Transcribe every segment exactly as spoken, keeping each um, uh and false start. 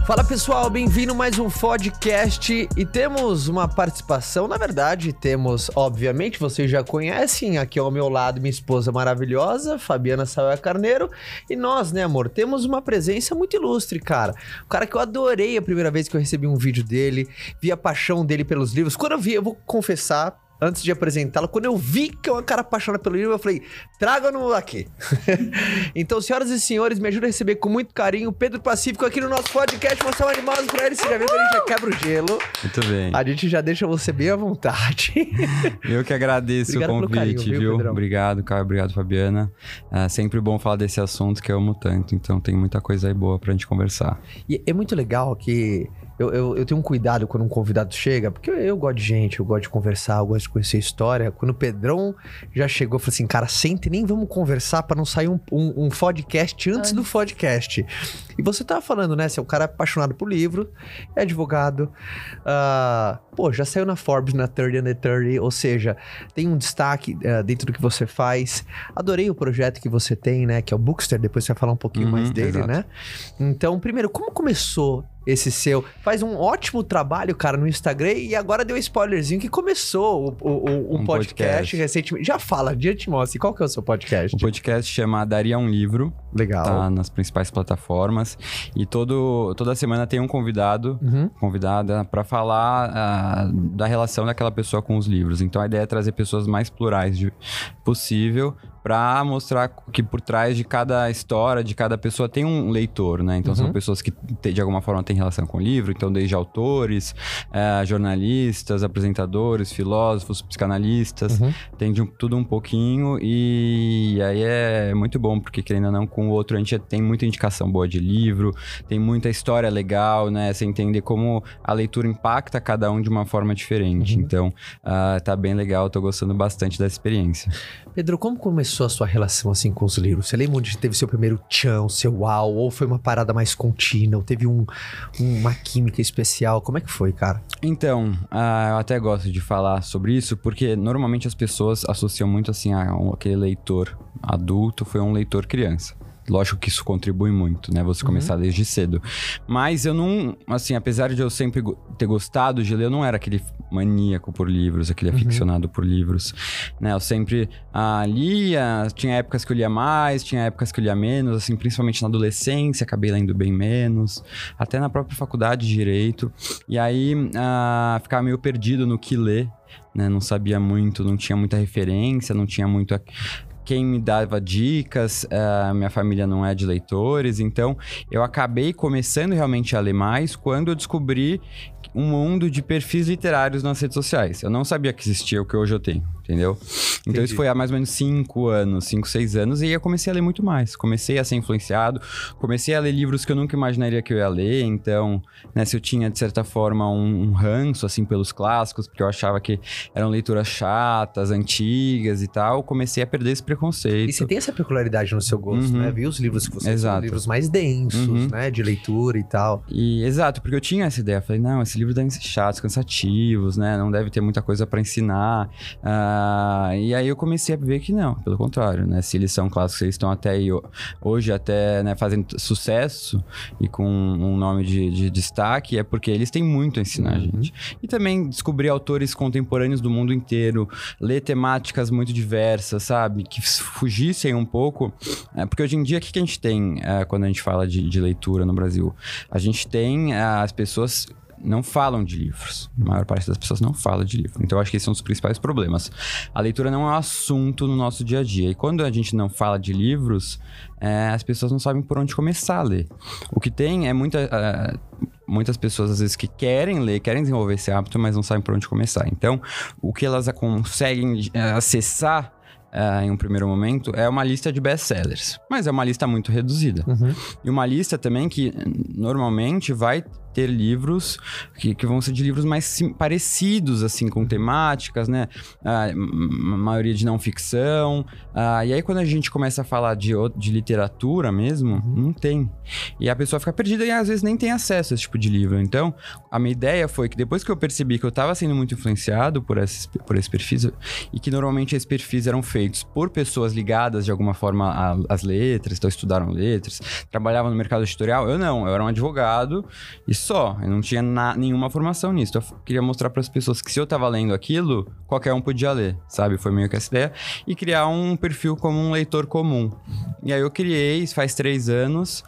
Fala pessoal, bem-vindo a mais um podcast e temos uma participação, na verdade temos, obviamente, vocês já conhecem, aqui ao meu lado minha esposa maravilhosa, Fabiana Sauer Carneiro, e nós, né amor, temos uma presença muito ilustre, cara, um cara que eu adorei a primeira vez que eu recebi um vídeo dele, vi a paixão dele pelos livros, quando eu vi, eu vou confessar, antes de apresentá-lo, quando eu vi que é um cara apaixonado pelo livro, eu falei, traga-no aqui. Então, senhoras e senhores, me ajuda a receber com muito carinho o Pedro Pacífico aqui no nosso podcast, mostrar uma animada pra ele, você já viu que a gente já quebra o gelo. Muito bem. A gente já deixa você bem à vontade. Eu que agradeço o convite, carinho, viu, viu? Pedrão? Obrigado, Caio, obrigado, Fabiana. É sempre bom falar desse assunto que eu amo tanto, então tem muita coisa aí boa pra gente conversar. E é muito legal que... Eu, eu, eu tenho um cuidado quando um convidado chega, porque eu, eu gosto de gente, eu gosto de conversar, eu gosto de conhecer história. Quando o Pedrão já chegou, eu falei assim, cara, senta e nem vamos conversar pra não sair um, um, um podcast antes Ai. do podcast. E você tava falando, né, você é um cara apaixonado por livro, é advogado, uh, pô, já saiu na Forbes, na trinta under trinta, ou seja, tem um destaque uh, dentro do que você faz. Adorei o projeto que você tem, né, que é o Bookster, depois você vai falar um pouquinho uhum, mais dele, exato. né? Então, primeiro, como começou esse seu... Faz um ótimo trabalho, cara, no Instagram e agora deu um spoilerzinho que começou o, o, o, um, um podcast, podcast recentemente. Já fala, dia te mostra. Qual que é o seu podcast? O podcast chama Daria um Livro. Legal. Tá nas principais plataformas. E todo, toda semana tem um convidado, uhum. convidada, pra falar uh, da relação daquela pessoa com os livros. Então a ideia é trazer pessoas mais plurais de, possível para mostrar que por trás de cada história, de cada pessoa, tem um leitor, né? Então, uhum. são pessoas que, de alguma forma, têm relação com o livro. Então, desde autores, é, jornalistas, apresentadores, filósofos, psicanalistas. Uhum. Tem de um, tudo um pouquinho. E aí é muito bom, porque, querendo ou não, com o outro, a gente tem muita indicação boa de livro. Tem muita história legal, né? Você entender como a leitura impacta cada um de uma forma diferente. Uhum. Então, uh, tá bem legal. Tô gostando bastante dessa experiência. Pedro, como começou a sua relação assim com os livros? Você lembra onde teve seu primeiro tchan, seu uau? Ou foi uma parada mais contínua? Ou teve um, uma química especial? Como é que foi, cara? Então, uh, eu até gosto de falar sobre isso, porque normalmente as pessoas associam muito assim a um, aquele leitor adulto foi um leitor criança. Lógico que isso contribui muito, né? Você começar uhum. desde cedo. Mas eu não... Assim, apesar de eu sempre ter gostado de ler, eu não era aquele maníaco por livros, aquele uhum. aficionado por livros, né? Eu sempre ah, lia... Tinha épocas que eu lia mais, tinha épocas que eu lia menos, assim, principalmente na adolescência, acabei lendo bem menos. Até na própria faculdade de Direito. E aí, ah, ficava meio perdido no que ler, né? Não sabia muito, não tinha muita referência, não tinha muito... A... Quem me dava dicas, uh, minha família não é de leitores, então eu acabei começando realmente a ler mais quando eu descobri um mundo de perfis literários nas redes sociais. Eu não sabia que existia o que hoje eu tenho, entendeu? Então Entendi. Isso foi há mais ou menos cinco anos, cinco, seis anos, e aí eu comecei a ler muito mais. Comecei a ser influenciado, comecei a ler livros que eu nunca imaginaria que eu ia ler, então, né, se eu tinha, de certa forma, um, um ranço, assim, pelos clássicos, porque eu achava que eram leituras chatas, antigas e tal, comecei a perder esse preconceito. E você tem essa peculiaridade no seu gosto, uhum. né? Viu os livros que você Exato. São livros mais densos, uhum. né? De leitura e tal. E, exato, porque eu tinha essa ideia, falei, não, esse livro deve ser chatos, cansativos, né? Não deve ter muita coisa pra ensinar. Uh, e aí eu comecei a ver que não, pelo contrário, né? Se eles são clássicos, eles estão até aí, hoje até, né, fazendo sucesso e com um nome de, de destaque, é porque eles têm muito a ensinar, uhum. gente. E também descobrir autores contemporâneos do mundo inteiro, ler temáticas muito diversas, sabe? Que fugissem um pouco. É, porque hoje em dia, o que, que a gente tem é, quando a gente fala de, de leitura no Brasil? A gente tem é, as pessoas... não falam de livros. A maior parte das pessoas não fala de livro. Então, eu acho que esse é um dos principais problemas. A leitura não é um assunto no nosso dia a dia. E quando a gente não fala de livros, é, as pessoas não sabem por onde começar a ler. O que tem é muita... Uh, muitas pessoas, às vezes, que querem ler, querem desenvolver esse hábito, mas não sabem por onde começar. Então, o que elas conseguem uh, acessar Uh, em um primeiro momento, é uma lista de best-sellers. Mas é uma lista muito reduzida. Uhum. E uma lista também que, normalmente, vai ter livros que, que vão ser de livros mais sim, parecidos, assim, com temáticas, né? A, a maioria de não ficção. Ah, e aí, quando a gente começa a falar de, de literatura mesmo, uhum. não tem. E a pessoa fica perdida e às vezes nem tem acesso a esse tipo de livro. Então, a minha ideia foi que depois que eu percebi que eu estava sendo muito influenciado por esses, por esses perfis, e que normalmente esses perfis eram feitos por pessoas ligadas de alguma forma às letras, então estudaram letras, trabalhavam no mercado editorial, eu não, eu era um advogado e só, eu não tinha na, nenhuma formação nisso. Então, eu queria mostrar para as pessoas que se eu tava lendo aquilo, qualquer um podia ler, sabe? Foi meio que essa ideia. E criar um perfil como um leitor comum. E aí eu criei, faz três anos,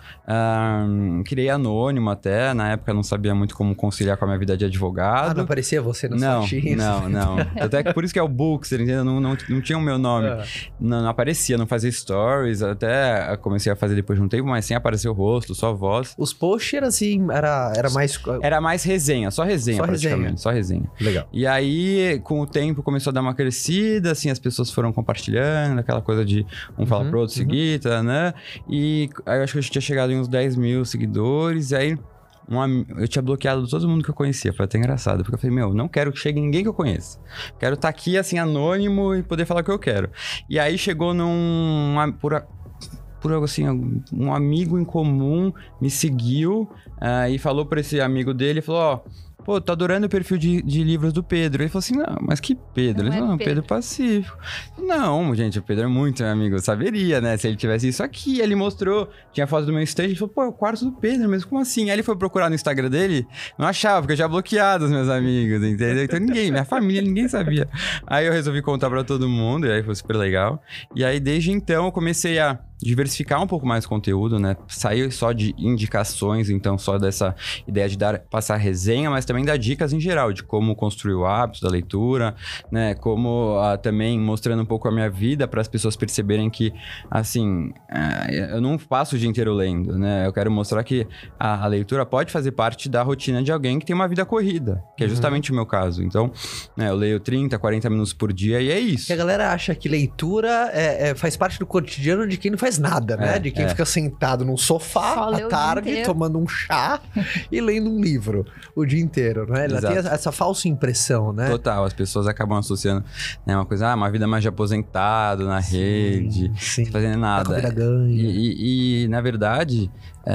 um, criei anônimo até, na época eu não sabia muito como conciliar com a minha vida de advogado. Ah, não aparecia você no Não, sortinho? não, não. Até que por isso que é o Bookster, entendeu? Não, não, não tinha o meu nome. É. Não, não aparecia, não fazia stories, até comecei a fazer depois de um tempo, mas sem aparecer o rosto, só voz. Os posts eram assim, era, era mais... Era mais resenha, só resenha só praticamente, resenha. só resenha. Legal. E aí, com o tempo, começou a dar uma crescida, assim, as pessoas foram compartilhando, aquela coisa de um fala Uhum, pro outro uhum. seguir, tá, né? E aí eu acho que eu tinha chegado em uns dez mil seguidores, e aí um am... eu tinha bloqueado todo mundo que eu conhecia. Foi até engraçado, porque eu falei, meu, não quero que chegue ninguém que eu conheça. Quero estar aqui, assim, anônimo e poder falar o que eu quero. E aí chegou num... Por a... por algo assim, um amigo em comum me seguiu uh, e falou pra esse amigo dele, falou, ó, pô, tô adorando o perfil de, de livros do Pedro. Ele falou assim, não, mas que Pedro? Não Ele falou, é não, Pedro. Pedro Pacífico. Não, gente, o Pedro é muito meu amigo, eu saberia, né, se ele tivesse isso aqui. Ele mostrou, tinha foto do meu stand, ele falou, pô, é o quarto do Pedro, mas como assim? Aí ele foi procurar no Instagram dele, não achava, porque eu já bloqueado os meus amigos, entendeu? Então ninguém, minha família, ninguém sabia. Aí eu resolvi contar pra todo mundo, e aí foi super legal. E aí, desde então, eu comecei a diversificar um pouco mais o conteúdo, né? Sair só de indicações, então só dessa ideia de dar, passar resenha, mas também dar dicas em geral, de como construir o hábito da leitura, né? Como ah, também mostrando um pouco a minha vida para as pessoas perceberem que, assim, ah, eu não passo o dia inteiro lendo, né? Eu quero mostrar que a, a leitura pode fazer parte da rotina de alguém que tem uma vida corrida, que é justamente uhum. o meu caso. Então, né, eu leio trinta, quarenta minutos por dia e é isso. Que a galera acha que leitura é, é, faz parte do cotidiano de quem não faz nada, né? É, de quem é. fica sentado num sofá Só lê à o tarde, dia inteiro. tomando um chá e lendo um livro o dia inteiro, né? Ela Exato. tem essa falsa impressão, né? Total, as pessoas acabam associando, né, uma coisa, ah, uma vida mais de aposentado na Sim, rede, sim. sem fazer nada. Tá com a vida ganha. E, e, e, na verdade,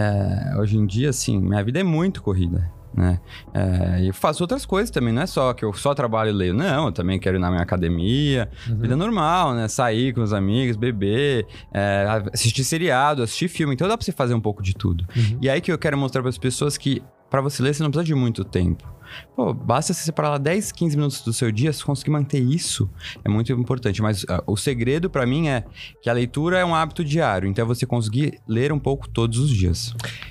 é, hoje em dia, assim, minha vida é muito corrida. Né? É, e eu faço outras coisas também, não é só que eu só trabalho e leio, não, eu também quero ir na minha academia, uhum. vida normal, né? Sair com os amigos, beber, é, assistir seriado, assistir filme, então dá pra você fazer um pouco de tudo. Uhum. E aí que eu quero mostrar para as pessoas que pra você ler você não precisa de muito tempo. Pô, basta você separar lá dez, quinze minutos do seu dia, se conseguir manter isso, é muito importante. Mas uh, o segredo pra mim é que a leitura é um hábito diário, então é você conseguir ler um pouco todos os dias.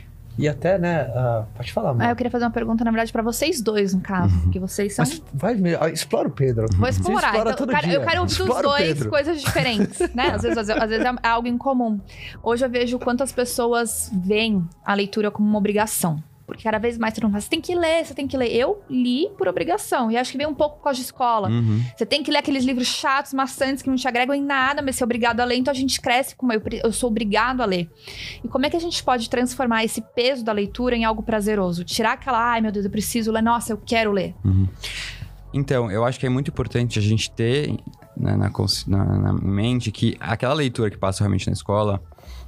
E até, né, uh, pode falar, mano. Ah, eu queria fazer uma pergunta, na verdade, pra vocês dois, no caso, porque vocês são... Mas vai, explora o Pedro. Vou explorar. Explora Então, todo cara, dia. eu quero ouvir Explora dos o dois Pedro. coisas diferentes, né? Às vezes, às vezes, às vezes é algo em comum. Hoje eu vejo quanto as pessoas veem a leitura como uma obrigação. Porque cada vez mais todo mundo fala, você tem que ler, você tem que ler. Eu li por obrigação. E acho que vem um pouco por causa de escola. Uhum. Você tem que ler aqueles livros chatos, maçantes, que não te agregam em nada, mas você é obrigado a ler. Então a gente cresce como eu, eu sou obrigado a ler. E como é que a gente pode transformar esse peso da leitura em algo prazeroso? Tirar aquela, ai meu Deus, eu preciso ler. Nossa, eu quero ler. Uhum. Então, eu acho que é muito importante a gente ter, né, na, na, na mente que aquela leitura que passa realmente na escola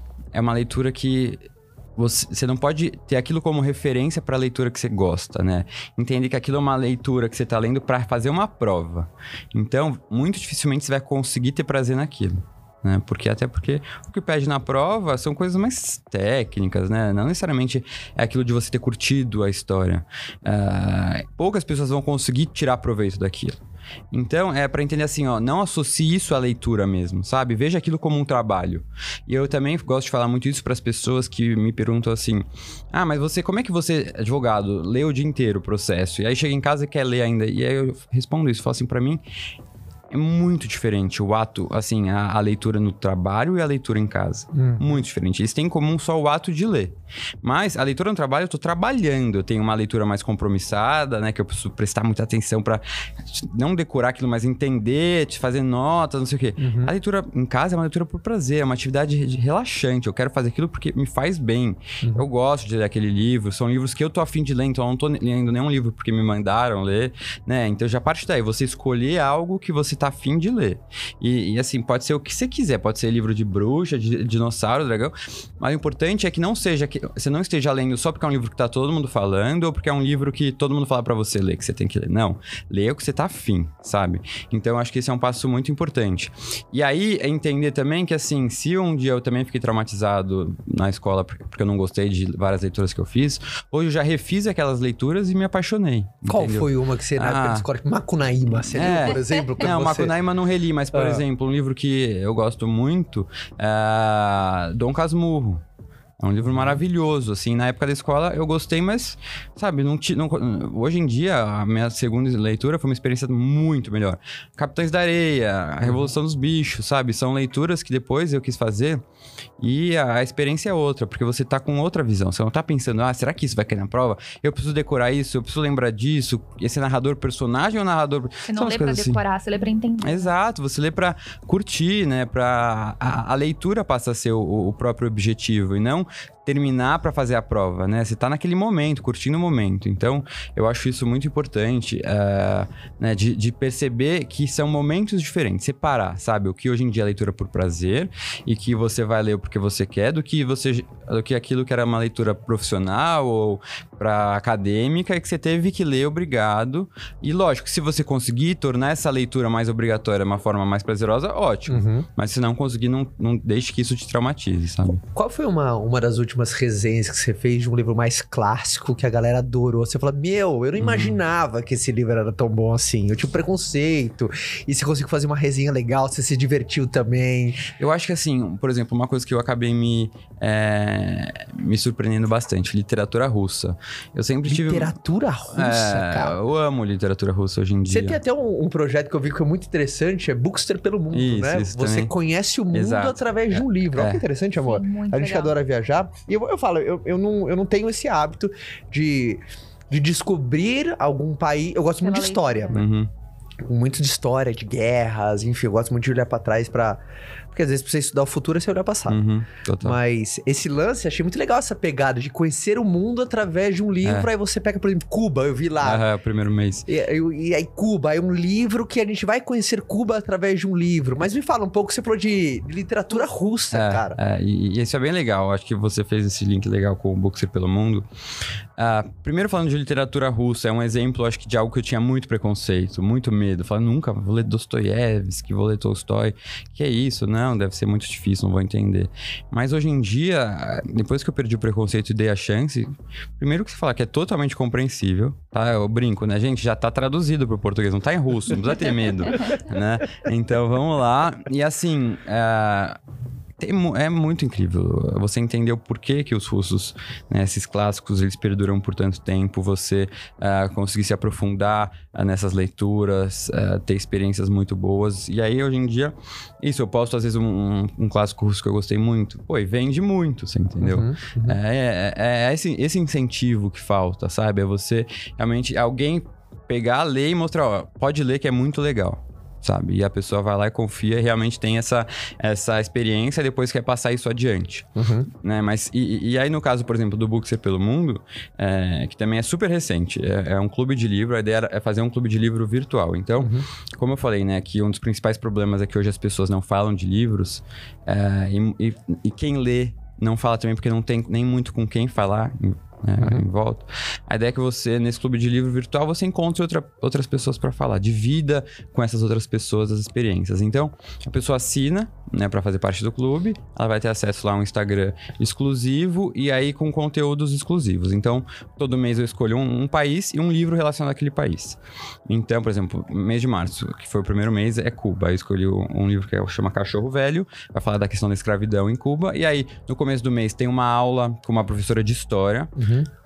é uma leitura que... Você, você não pode ter aquilo como referência para a leitura que você gosta, né? Entende que aquilo é uma leitura que você está lendo para fazer uma prova. Então, muito dificilmente você vai conseguir ter prazer naquilo. Né? Porque, até porque o que pede na prova são coisas mais técnicas, né? Não necessariamente é aquilo de você ter curtido a história. Uh, poucas pessoas vão conseguir tirar proveito daquilo. Então, é pra entender assim, ó, não associe isso à leitura mesmo, sabe? Veja aquilo como um trabalho. E eu também gosto de falar muito isso pras pessoas que me perguntam assim, ah, mas você, como é que você, advogado, lê o dia inteiro o processo, e aí chega em casa e quer ler ainda? E aí eu respondo isso, falo assim, pra mim, é muito diferente o ato, assim, a, a leitura no trabalho e a leitura em casa. Hum. Muito diferente. Eles têm em comum só o ato de ler. Mas a leitura no trabalho, eu tô trabalhando. Eu tenho uma leitura mais compromissada, né? Que eu preciso prestar muita atenção pra não decorar aquilo, mas entender, te fazer notas, não sei o quê. Uhum. A leitura em casa é uma leitura por prazer, é uma atividade relaxante. Eu quero fazer aquilo porque me faz bem. Uhum. Eu gosto de ler aquele livro. São livros que eu tô afim de ler, então eu não tô lendo nenhum livro porque me mandaram ler, né? Então já parte daí. Você escolher algo que você tá afim de ler. E, e assim, pode ser o que você quiser. Pode ser livro de bruxa, de dinossauro, dragão. Mas o importante é que não seja que você não esteja lendo só porque é um livro que tá todo mundo falando ou porque é um livro que todo mundo fala pra você ler, que você tem que ler. Não. Leia o que você tá afim, sabe? Então eu acho que esse é um passo muito importante. E aí é entender também que assim, se um dia eu também fiquei traumatizado na escola porque eu não gostei de várias leituras que eu fiz, hoje eu já refiz aquelas leituras e me apaixonei. Qual entendeu? foi uma que você, na Ah. época da escola, Macunaíma, você É. leu, por exemplo? quando Não, você... Macunaíma não reli, mas, por Ah. exemplo, um livro que eu gosto muito é Dom Casmurro. É um livro maravilhoso, assim, na época da escola eu gostei, mas, sabe, não, ti, não hoje em dia a minha segunda leitura foi uma experiência muito melhor. Capitães da Areia, A Revolução dos Bichos, sabe, são leituras que depois eu quis fazer e a, a experiência é outra, porque você tá com outra visão, você não tá pensando, ah, será que isso vai cair na prova? Eu preciso decorar isso, eu preciso lembrar disso, esse narrador personagem ou narrador... Você não São lê as pra coisas assim. decorar, você lê pra entender. Exato, você lê pra curtir, né? Pra... A, a leitura passa a ser o, o próprio objetivo e não terminar pra fazer a prova, né? Você tá naquele momento, curtindo o momento. Então, eu acho isso muito importante, uh, né? De, de perceber que são momentos diferentes. Separar, sabe? O que hoje em dia é leitura por prazer e que você vai ler porque você quer, do que, você, do que aquilo que era uma leitura profissional ou pra acadêmica e que você teve que ler obrigado. E lógico, se você conseguir tornar essa leitura mais obrigatória de uma forma mais prazerosa, ótimo. Uhum. Mas se não conseguir, não, não deixe que isso te traumatize, sabe? Qual foi uma, uma das últimas resenhas que você fez de um livro mais clássico que a galera adorou? Você falou, meu, eu não imaginava uhum. que esse livro era tão bom assim. Eu tinha um preconceito. E você conseguiu fazer uma resenha legal, você se divertiu também. Eu acho que assim, por exemplo, uma coisa que eu acabei me, é, me surpreendendo bastante, literatura russa. Eu sempre tive... Literatura russa, é, cara? Eu amo literatura russa hoje em dia. Você tem até um, um projeto que eu vi que é muito interessante, é Bookster pelo Mundo, isso, né? Isso Você também. conhece o mundo Exato. através de um livro. É. Olha que interessante, amor. Sim, muito a gente legal. adora viajar. E eu, eu falo, eu, eu, não, eu não tenho esse hábito de, de descobrir algum país. Eu gosto Pela muito de história. leitura. Uhum. Muito de história, de guerras, enfim, eu gosto muito de olhar pra trás pra... Porque às vezes pra você estudar o futuro é você olhar pra passado. Uhum, total. Mas esse lance, achei muito legal essa pegada de conhecer o mundo através de um livro. É. Aí você pega, por exemplo, Cuba, eu vi lá. Ah, é o primeiro mês. E, e, e aí Cuba, é um livro que a gente vai conhecer Cuba através de um livro. Mas me fala um pouco, você falou de, de literatura russa, é, cara. É, e, e isso é bem legal. Acho que você fez esse link legal com o Bookster pelo Mundo. Ah, primeiro falando de literatura russa, é um exemplo, acho que de algo que eu tinha muito preconceito, muito medo. Falando, nunca vou ler Dostoiévski, vou ler Tolstói. Que é isso? Não, deve ser muito difícil, não vou entender. Mas hoje em dia, depois que eu perdi o preconceito e dei a chance, primeiro que você fala que é totalmente compreensível, tá? Eu brinco, né? Gente, já tá traduzido pro português, não tá em russo, não precisa ter medo, né? Então, vamos lá. E assim... Uh... É muito incrível você entender o porquê que os russos, né, esses clássicos, eles perduram por tanto tempo, você uh, conseguir se aprofundar uh, nessas leituras, uh, ter experiências muito boas. E aí, hoje em dia, isso, eu posto às vezes um, um, um clássico russo que eu gostei muito. Pô, e vende muito, você entendeu? Uhum, uhum. É, é, é esse, esse incentivo que falta, sabe? É você realmente, alguém pegar, ler e mostrar, ó, pode ler que é muito legal. Sabe? E a pessoa vai lá e confia e realmente tem essa, essa experiência e depois quer passar isso adiante. Uhum. Né? Mas, e, e aí, no caso, por exemplo, do Bookster pelo Mundo, é, que também é super recente, é, é um clube de livro, a ideia é fazer um clube de livro virtual. Então, uhum. como eu falei, né, que um dos principais problemas é que hoje as pessoas não falam de livros é, e, e, e quem lê não fala também porque não tem nem muito com quem falar. Né, uhum. em volta. A ideia é que você, nesse clube de livro virtual, você encontre outra, outras pessoas para falar, divida com essas outras pessoas as experiências. Então, a pessoa assina, né, para fazer parte do clube, ela vai ter acesso lá a um Instagram exclusivo e aí com conteúdos exclusivos. Então, todo mês eu escolho um, um país e um livro relacionado àquele país. Então, por exemplo, mês de março, que foi o primeiro mês, é Cuba. Eu escolhi um livro que chama Cachorro Velho, vai falar da questão da escravidão em Cuba. E aí, no começo do mês, tem uma aula com uma professora de história. Uhum.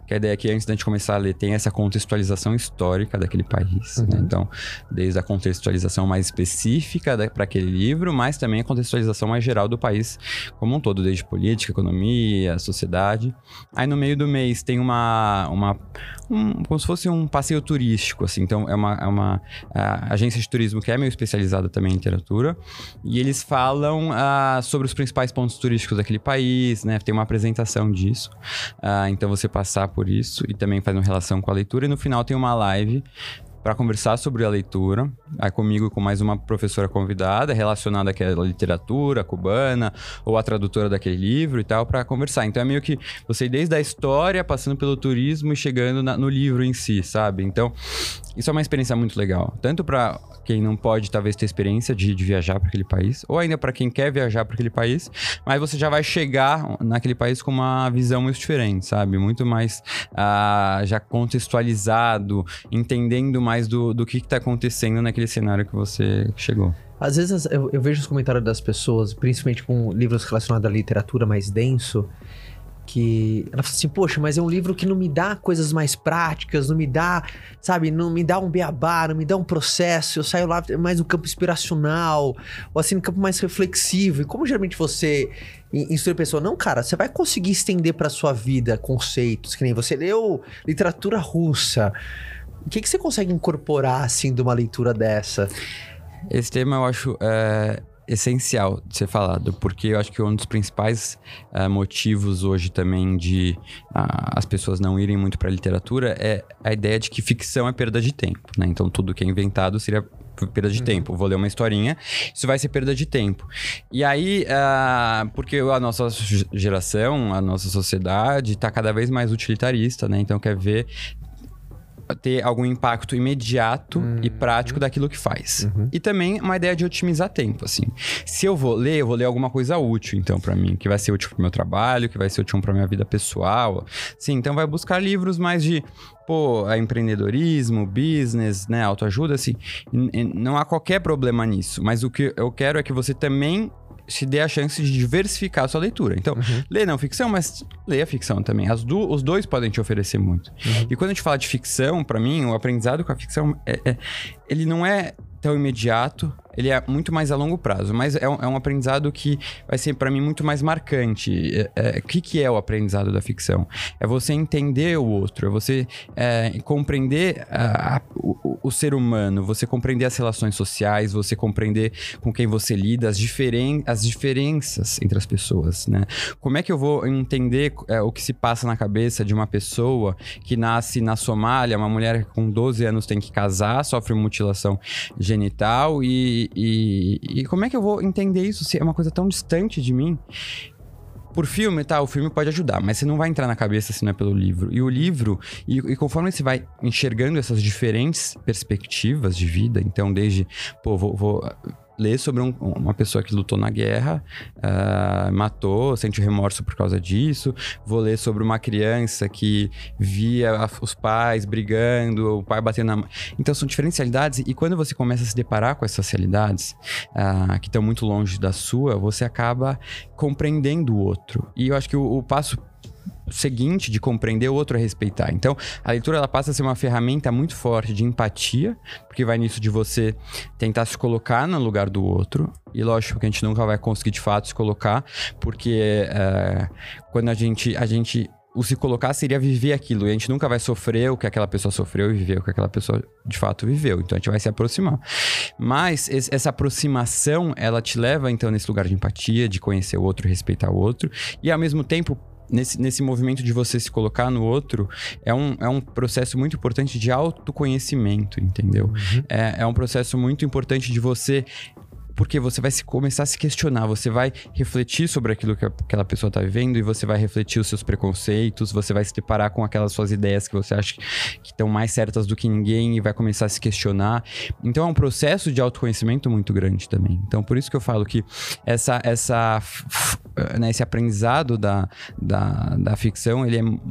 que a ideia é que antes da gente começar a ler tem essa contextualização histórica daquele país, uhum. né? Então, desde a contextualização mais específica para aquele livro, mas também a contextualização mais geral do país como um todo, desde política, economia, sociedade. Aí no meio do mês tem uma, uma um, como se fosse um passeio turístico, assim. Então é uma, é uma a agência de turismo que é meio especializada também em literatura, e eles falam uh, sobre os principais pontos turísticos daquele país, né? Tem uma apresentação disso, uh, então você passar por isso e também faz uma relação com a leitura, e no final tem uma live para conversar sobre a leitura, aí comigo e com mais uma professora convidada relacionada àquela literatura cubana ou a tradutora daquele livro e tal, para conversar. Então é meio que você ir desde a história, passando pelo turismo e chegando na, no livro em si, sabe? Então isso é uma experiência muito legal, tanto para quem não pode talvez ter experiência de, de viajar para aquele país, ou ainda para quem quer viajar para aquele país, mas você já vai chegar naquele país com uma visão muito diferente, sabe? Muito mais uh, já contextualizado, entendendo mais do, do que está acontecendo naquele cenário que você chegou. Às vezes eu, eu vejo os comentários das pessoas, principalmente com livros relacionados à literatura mais denso, que ela fala assim, poxa, mas é um livro que não me dá coisas mais práticas, não me dá, sabe, não me dá um beabá, não me dá um processo, eu saio lá mais no campo inspiracional, ou assim, no campo mais reflexivo. E como geralmente você instrui a pessoa, não, cara, você vai conseguir estender pra sua vida conceitos, que nem você leu literatura russa, o que, que você consegue incorporar, assim, de uma leitura dessa? Esse tema eu acho é, essencial de ser falado, porque eu acho que um dos principais uh, motivos hoje também de uh, as pessoas não irem muito para a literatura é a ideia de que ficção é perda de tempo, né? Então tudo que é inventado seria perda de uhum. tempo. Vou ler uma historinha, isso vai ser perda de tempo. E aí, uh, porque a nossa geração, a nossa sociedade está cada vez mais utilitarista, né? Então quer ver ter algum impacto imediato uhum. e prático daquilo que faz. Uhum. E também uma ideia de otimizar tempo, assim. Se eu vou ler, eu vou ler alguma coisa útil, então, pra mim. Que vai ser útil pro meu trabalho, que vai ser útil pra minha vida pessoal. Sim, então vai buscar livros mais de, pô, empreendedorismo, business, né, autoajuda, assim. Não há qualquer problema nisso. Mas o que eu quero é que você também se dê a chance de diversificar a sua leitura. Então, uhum. lê não ficção, mas lê a ficção também. As do, os dois podem te oferecer muito. Uhum. E quando a gente fala de ficção, pra mim, o aprendizado com a ficção, é, é, ele não é tão imediato, ele é muito mais a longo prazo, mas é um, é um aprendizado que vai ser para mim muito mais marcante. É, é, o que, que é o aprendizado da ficção? É você entender o outro, é você é, compreender a, a, o, o ser humano, você compreender as relações sociais, você compreender com quem você lida, as, diferen, as diferenças entre as pessoas, né? Como é que eu vou entender é, o que se passa na cabeça de uma pessoa que nasce na Somália, uma mulher que com doze anos tem que casar, sofre mutilação genital e E, e como é que eu vou entender isso se é uma coisa tão distante de mim? Por filme, tá, o filme pode ajudar, mas você não vai entrar na cabeça se não é pelo livro. E o livro, e, e conforme você vai enxergando essas diferentes perspectivas de vida, então desde, pô, vou... vou ler sobre um, uma pessoa que lutou na guerra, uh, matou, sente remorso por causa disso. Vou ler sobre uma criança que via a, os pais brigando, o pai batendo na mão. Então são diferentes realidades, e quando você começa a se deparar com essas realidades uh, que estão muito longe da sua, você acaba compreendendo o outro. E eu acho que o, o passo seguinte de compreender o outro é respeitar. Então, a leitura ela passa a ser uma ferramenta muito forte de empatia, porque vai nisso de você tentar se colocar no lugar do outro. E lógico que a gente nunca vai conseguir de fato se colocar, porque é, quando a gente, a gente o se colocar seria viver aquilo, e a gente nunca vai sofrer o que aquela pessoa sofreu e viver o que aquela pessoa de fato viveu. Então a gente vai se aproximar. Mas esse, essa aproximação, ela te leva então nesse lugar de empatia, de conhecer o outro, respeitar o outro, e ao mesmo tempo Nesse, nesse movimento de você se colocar no outro, é um, é um processo muito importante de autoconhecimento, entendeu? Uhum. É, é um processo muito importante de você... Porque você vai se, começar a se questionar, você vai refletir sobre aquilo que aquela pessoa está vivendo, e você vai refletir os seus preconceitos, você vai se deparar com aquelas suas ideias que você acha que estão mais certas do que ninguém, e vai começar a se questionar. Então é um processo de autoconhecimento muito grande também. Então por isso que eu falo que essa, essa, né, esse aprendizado da, da, da ficção, ele é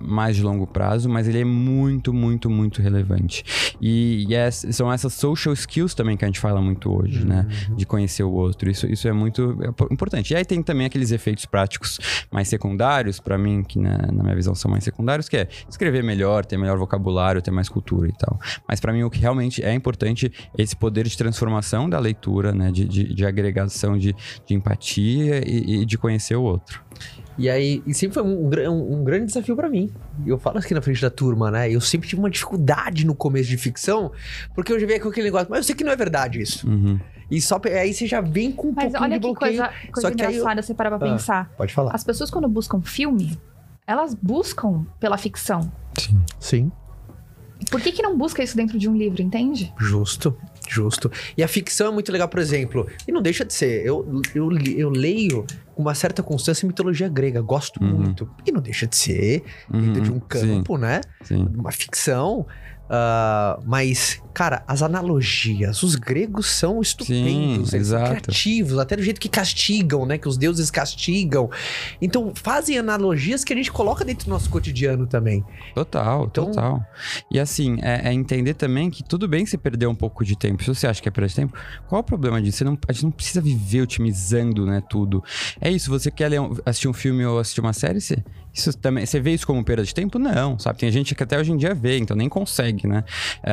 mais de longo prazo, mas ele é muito, muito, muito relevante. E, e é, são essas social skills também que a gente fala muito hoje, uhum. né? De conhecer o outro. Isso, isso é muito importante. E aí tem também aqueles efeitos práticos mais secundários, pra mim, que né, na minha visão são mais secundários, que é escrever melhor, ter melhor vocabulário, ter mais cultura e tal. Mas pra mim o que realmente é importante é esse poder de transformação da leitura, né? De, de, de agregação, de, de empatia e, e de conhecer o outro. E aí, e sempre foi um, um, um grande desafio pra mim. Eu falo aqui na frente da turma, né? Eu sempre tive uma dificuldade no começo de ficção, porque eu já veio com aquele negócio, mas eu sei que não é verdade isso. Uhum. E só aí você já vem com um mas pouquinho de bloqueio. Mas olha que coisa, coisa engraçada, eu... você parar pra ah, pensar. Pode falar. As pessoas quando buscam filme, elas buscam pela ficção. Sim. Sim. Por que que não busca isso dentro de um livro, entende? Justo, justo. E a ficção é muito legal, por exemplo, e não deixa de ser, eu, eu, eu leio com uma certa constância mitologia grega, gosto uhum. muito, e não deixa de ser uhum. dentro de um campo, Sim. né? Sim. Uma ficção, uh, mas, cara, as analogias, os gregos são estupendos, Sim, eles exato. são criativos, até do jeito que castigam, né? Que os deuses castigam. Então, fazem analogias que a gente coloca dentro do nosso cotidiano também. Total, então... total. E assim, é, é entender também que tudo bem se perder um pouco de tempo. Se você acha que é perder tempo, qual o problema disso? Você não, a gente não precisa viver otimizando, né, tudo. É isso, você quer ler um, assistir um filme ou assistir uma série, você, isso também, você vê isso como perda de tempo? Não, sabe? Tem gente que até hoje em dia vê, então nem consegue, né?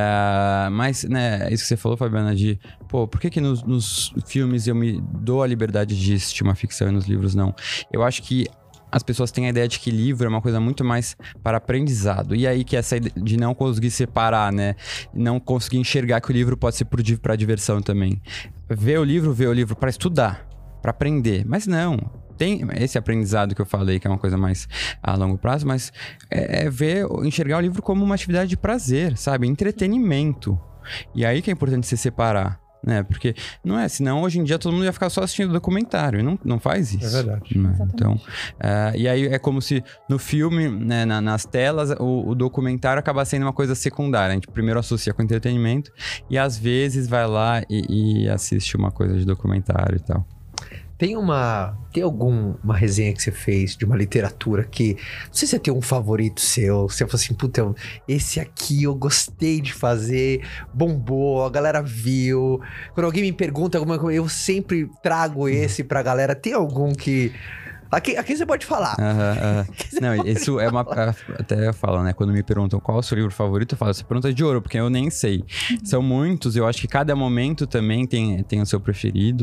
Uh, mas, né, isso que você falou, Fabiana, de, pô, por que que nos, nos filmes eu me dou a liberdade de assistir uma ficção e nos livros não? Eu acho que as pessoas têm a ideia de que livro é uma coisa muito mais para aprendizado. E aí que essa ideia de não conseguir separar, né? Não conseguir enxergar que o livro pode ser para diversão também. Ver o livro, ver o livro para estudar, para aprender. Mas não, tem esse aprendizado que eu falei, que é uma coisa mais a longo prazo, mas é, é ver, enxergar o livro como uma atividade de prazer, sabe? Entretenimento. E aí que é importante se separar. Né? Porque não é, senão hoje em dia todo mundo ia ficar só assistindo documentário e não, não faz isso. É verdade. Né? Então, uh, e aí é como se no filme, né, na, nas telas, o, o documentário acaba sendo uma coisa secundária. A gente primeiro associa com entretenimento e às vezes vai lá e, e assiste uma coisa de documentário e tal. Tem uma... Tem alguma resenha que você fez de uma literatura que... Não sei se você tem um favorito seu. Você falou assim, puta, esse aqui eu gostei de fazer, bombou, a galera viu. Quando alguém me pergunta alguma coisa, eu sempre trago esse pra galera. Tem algum que... Aqui, aqui você pode falar. Uhum, uhum. Não, isso falar. É uma... Até eu falo, né? Quando me perguntam qual é o seu livro favorito, eu falo, essa pergunta é de ouro, porque eu nem sei. Uhum. São muitos, eu acho que cada momento também tem, tem o seu preferido.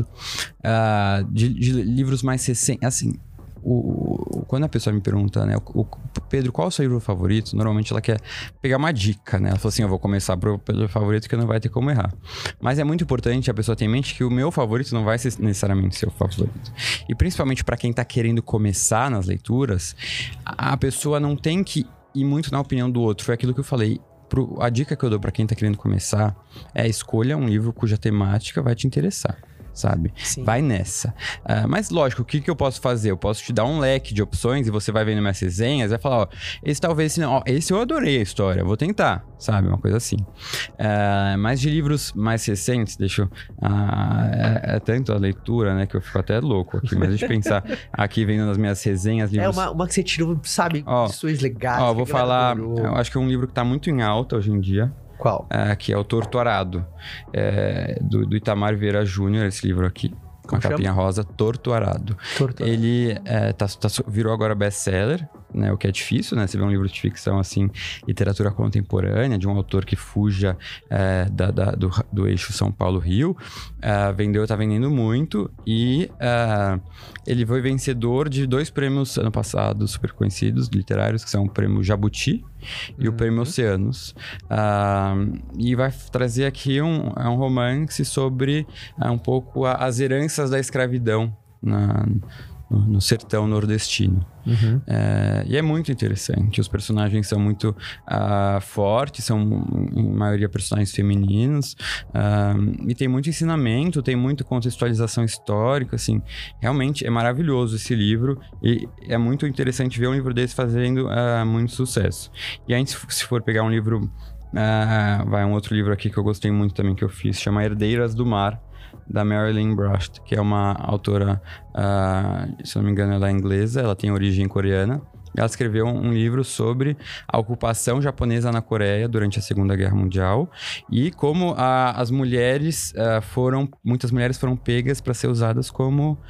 Uh, de, de livros mais recentes, assim... O, o, quando a pessoa me pergunta, né, o, o, Pedro, qual é o seu livro favorito? Normalmente ela quer pegar uma dica, né? Ela fala assim, eu vou começar pro Pedro favorito que não vai ter como errar. Mas é muito importante a pessoa ter em mente que o meu favorito não vai ser necessariamente seu favorito. E principalmente para quem tá querendo começar nas leituras, a, a pessoa não tem que ir muito na opinião do outro. Foi aquilo que eu falei. Pro, a dica que eu dou para quem tá querendo começar é escolha um livro cuja temática vai te interessar. Sabe? Sim. Vai nessa. Uh, mas lógico, o que, que eu posso fazer? Eu posso te dar um leque de opções e você vai vendo minhas resenhas, vai falar, ó, esse talvez, esse não, ó, esse eu adorei a história, vou tentar, sabe? Uma coisa assim. Uh, mas de livros mais recentes, deixa eu... Uh, é, é tanto a leitura, né, que eu fico até louco aqui, mas deixa eu pensar aqui vendo nas minhas resenhas. Livros... É uma, uma que você tirou, sabe, questões legais. Ó, vou falar, eu acho que é um livro que tá muito em alta hoje em dia. Qual? É, que é o Torturado, é, do, do Itamar Vieira Júnior, esse livro aqui. Com a capinha rosa, Torturado. Torturado. Ele é, tá, tá, virou agora best-seller, né? O que é difícil, né? Você vê um livro de ficção, assim, literatura contemporânea, de um autor que fuja é, da, da, do, do eixo São Paulo-Rio. É, vendeu, tá vendendo muito. E é, ele foi vencedor de dois prêmios ano passado, super conhecidos, literários, que são o prêmio Jabuti e uhum. o prêmio Oceanos. Uh, e vai trazer aqui um, um romance sobre uh, um pouco a, as heranças da escravidão na, no, no sertão nordestino. Uhum. É, e é muito interessante. Os personagens são muito uh, fortes, são em maioria personagens femininos, uh, e tem muito ensinamento, tem muita contextualização histórica, assim. Realmente é maravilhoso esse livro e é muito interessante ver um livro desse fazendo uh, muito sucesso. E a gente, se for pegar um livro, uh, vai um outro livro aqui que eu gostei muito também que eu fiz, chama Herdeiras do Mar, da Marilyn Brust, que é uma autora, uh, se não me engano, ela é inglesa, ela tem origem coreana, Ela escreveu um livro sobre a ocupação japonesa na Coreia durante a Segunda Guerra Mundial e como a, as mulheres uh, foram... Muitas mulheres foram pegas para ser usadas como...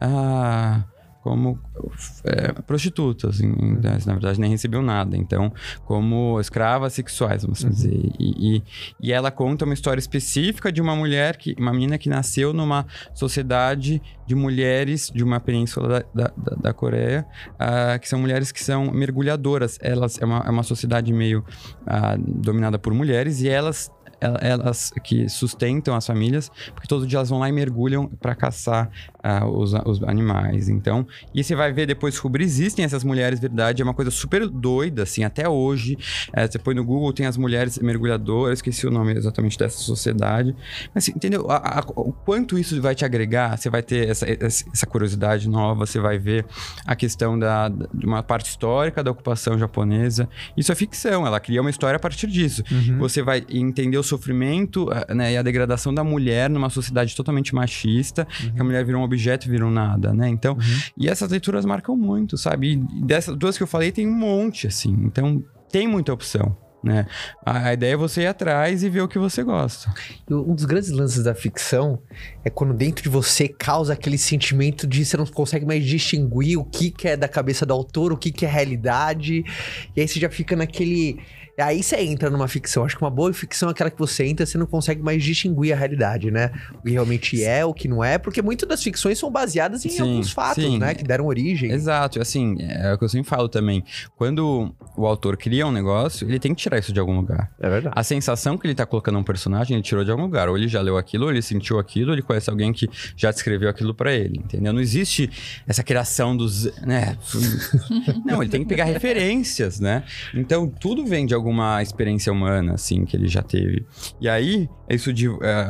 Uh, como é, prostitutas, em, uhum. na verdade nem recebiam nada, então como escravas sexuais, vamos uhum. dizer, e, e, e ela conta uma história específica de uma mulher, que, uma menina que nasceu numa sociedade de mulheres de uma península da, da, da Coreia, uh, que são mulheres que são mergulhadoras, elas, é, uma, é uma sociedade meio uh, dominada por mulheres e elas elas que sustentam as famílias, porque todo dia elas vão lá e mergulham para caçar uh, os, os animais. Então, e você vai ver depois, descobrir, existem essas mulheres, verdade, é uma coisa super doida, assim, até hoje. É, você põe no Google, tem as mulheres mergulhadoras, esqueci o nome exatamente dessa sociedade. Mas, assim, entendeu? A, a, o quanto isso vai te agregar, você vai ter essa, essa curiosidade nova, você vai ver a questão da, de uma parte histórica da ocupação japonesa. Isso é ficção, ela cria uma história a partir disso. Uhum. Você vai entender o sofrimento, né, e a degradação da mulher numa sociedade totalmente machista, uhum. que a mulher virou um objeto e virou nada, né? Então, uhum. e essas leituras marcam muito, sabe? E dessas duas que eu falei, tem um monte, assim. Então, tem muita opção, né? A, a ideia é você ir atrás e ver o que você gosta. E um dos grandes lances da ficção é quando dentro de você causa aquele sentimento de você não consegue mais distinguir o que, que é da cabeça do autor, o que, que é realidade. E aí você já fica naquele... Aí você entra numa ficção. Acho que uma boa ficção é aquela que você entra, você não consegue mais distinguir a realidade, né? O que realmente é, o que não é. Porque muitas das ficções são baseadas em sim, alguns fatos, sim. né? Que deram origem. Exato. Assim, é o que eu sempre falo também. Quando o autor cria um negócio, ele tem que tirar isso de algum lugar. É verdade. A sensação que ele tá colocando um personagem, ele tirou de algum lugar. Ou ele já leu aquilo, ou ele sentiu aquilo, ou ele conhece alguém que já descreveu aquilo pra ele, entendeu? Não existe essa criação dos... né? Não, ele tem que pegar referências, né? Então, tudo vem de algum alguma experiência humana, assim, que ele já teve. E aí, isso de,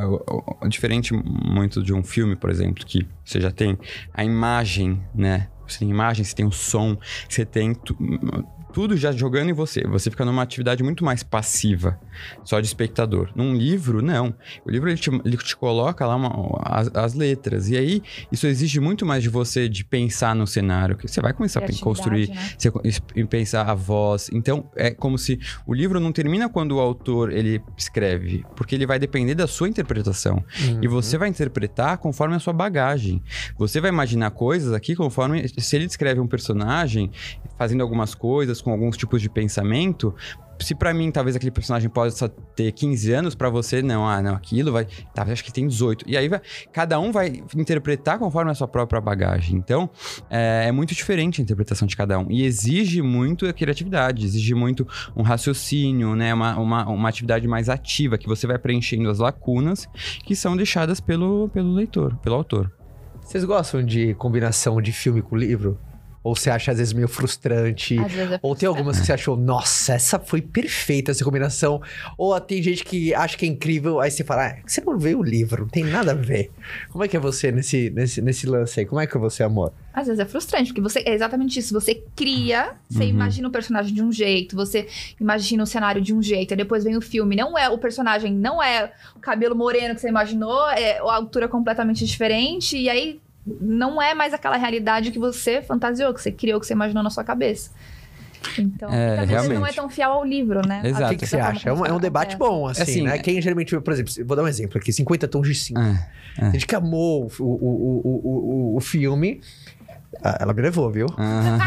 é, diferente muito de um filme, por exemplo, que você já tem a imagem, né? Você tem imagem, você tem o som, você tem... Tu, tudo já jogando em você. Você fica numa atividade muito mais passiva, só de espectador. Num livro, não. O livro, ele te, ele te coloca lá uma, as, as letras. E aí, isso exige muito mais de você, de pensar no cenário. Que você vai começar a construir, né? Você, pensar a voz. Então, é como se o livro não termina quando o autor, ele escreve. Porque ele vai depender da sua interpretação. Uhum. E você vai interpretar conforme a sua bagagem. Você vai imaginar coisas aqui conforme... Se ele descreve um personagem fazendo algumas coisas, com alguns tipos de pensamento, se pra mim talvez aquele personagem possa ter quinze anos, pra você não, ah não, aquilo vai, tá, acho que tem dezoito, e aí vai, cada um vai interpretar conforme a sua própria bagagem. Então é, é muito diferente a interpretação de cada um e exige muito a criatividade, exige muito um raciocínio, né, uma, uma, uma atividade mais ativa, que você vai preenchendo as lacunas que são deixadas pelo, pelo leitor, pelo autor. Vocês gostam de combinação de filme com livro? Ou você acha às vezes meio frustrante? Às vezes é frustrante. Ou tem algumas que você achou, nossa, essa foi perfeita, essa combinação. Ou tem gente que acha que é incrível, aí você fala, ah, você não vê o livro, não tem nada a ver. Como é que é você nesse, nesse, nesse lance aí? Como é que é você, amor? Às vezes é frustrante, porque você, é exatamente isso. Você cria, você uhum. imagina o personagem de um jeito, você imagina o cenário de um jeito, aí depois vem o filme. Não é o personagem, não é o cabelo moreno que você imaginou, é a altura completamente diferente, e aí não é mais aquela realidade que você fantasiou, que você criou, que você imaginou na sua cabeça. Então, é, às vezes não é tão fiel ao livro, né? Exato. O que, que você acha? É um, é um debate bom, assim, assim, né? É... Quem geralmente, por exemplo, vou dar um exemplo aqui, cinquenta tons de cinza. É, é. Tem gente que amou o, o, o, o, o, o filme... Ah, ela me levou, viu? Uhum.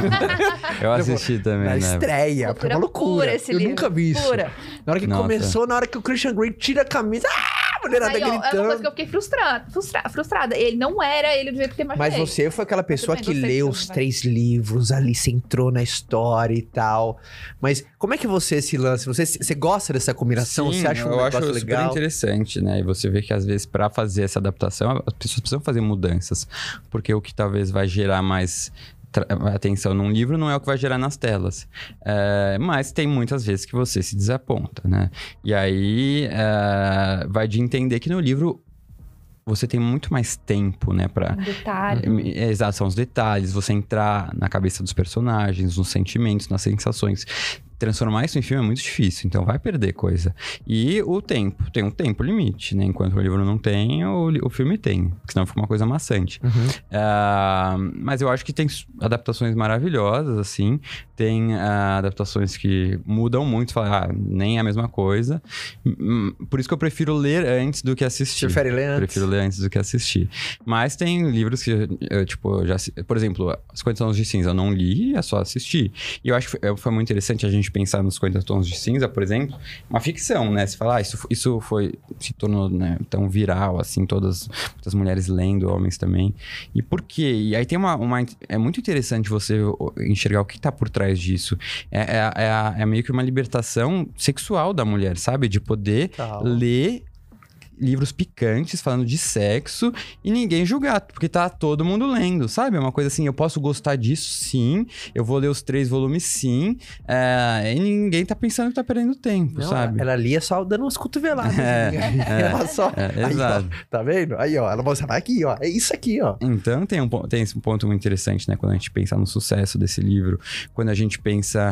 Eu assisti também, na né? estreia. Foi uma loucura. Esse eu livro. nunca vi isso. Pura. Na hora que Nossa. começou, na hora que o Christian Grey tira a camisa... Ah! A mulherada Aí, ó, gritando. é uma coisa que eu fiquei frustrada, frustra, frustrada. Ele não era ele do jeito que eu imaginei. Mas você foi aquela pessoa bem, que você leu que os vai. três livros, ali você entrou na história e tal. Mas como é que você se lança? Você, você gosta dessa combinação? Sim, você acha um eu negócio acho legal? super interessante, né? E você vê que às vezes pra fazer essa adaptação, as pessoas precisam fazer mudanças. Porque o que talvez vai gerar mais... atenção num livro não é o que vai gerar nas telas. É, mas tem muitas vezes que você se desaponta, né? E aí é, vai de entender que no livro você tem muito mais tempo, né? Pra... Um detalhe. É, exato, são os detalhes, você entrar na cabeça dos personagens, nos sentimentos, nas sensações. transformar isso em filme é muito difícil, então vai perder coisa. E o tempo, tem um tempo limite, né? Enquanto o livro não tem, o, o filme tem, senão fica uma coisa maçante. Uhum. Uh, mas eu acho que tem adaptações maravilhosas, assim, tem uh, adaptações que mudam muito, fala, ah, nem é a mesma coisa. Por isso que eu prefiro ler antes do que assistir. Prefere ler antes? Prefiro ler antes do que assistir. Mas tem livros que, eu, tipo, já... Por exemplo, cinquenta Tons de Cinza eu não li, é só assistir. E eu acho que foi, foi muito interessante a gente pensar nos cinquenta Tons de Cinza, por exemplo, uma ficção, né? Você fala, ah, isso, isso foi... Se tornou, né, tão viral, assim, todas as mulheres lendo, homens também. E por quê? E aí tem uma... uma é muito interessante você enxergar o que tá por trás disso. É, é, é, é meio que uma libertação sexual da mulher, sabe? De poder Tal. ler livros picantes falando de sexo e ninguém julgar, porque tá todo mundo lendo, sabe? É uma coisa assim, eu posso gostar disso, sim, eu vou ler os três volumes, sim, é, e ninguém tá pensando que tá perdendo tempo, Não, sabe? Ela lia só dando umas cotoveladas. É, é, ela só... é, aí, exato. Ó, tá vendo? Aí, ó, ela mostrava aqui, ó, é isso aqui, ó. Então tem, um, tem esse ponto muito interessante, né? Quando a gente pensa no sucesso desse livro, quando a gente pensa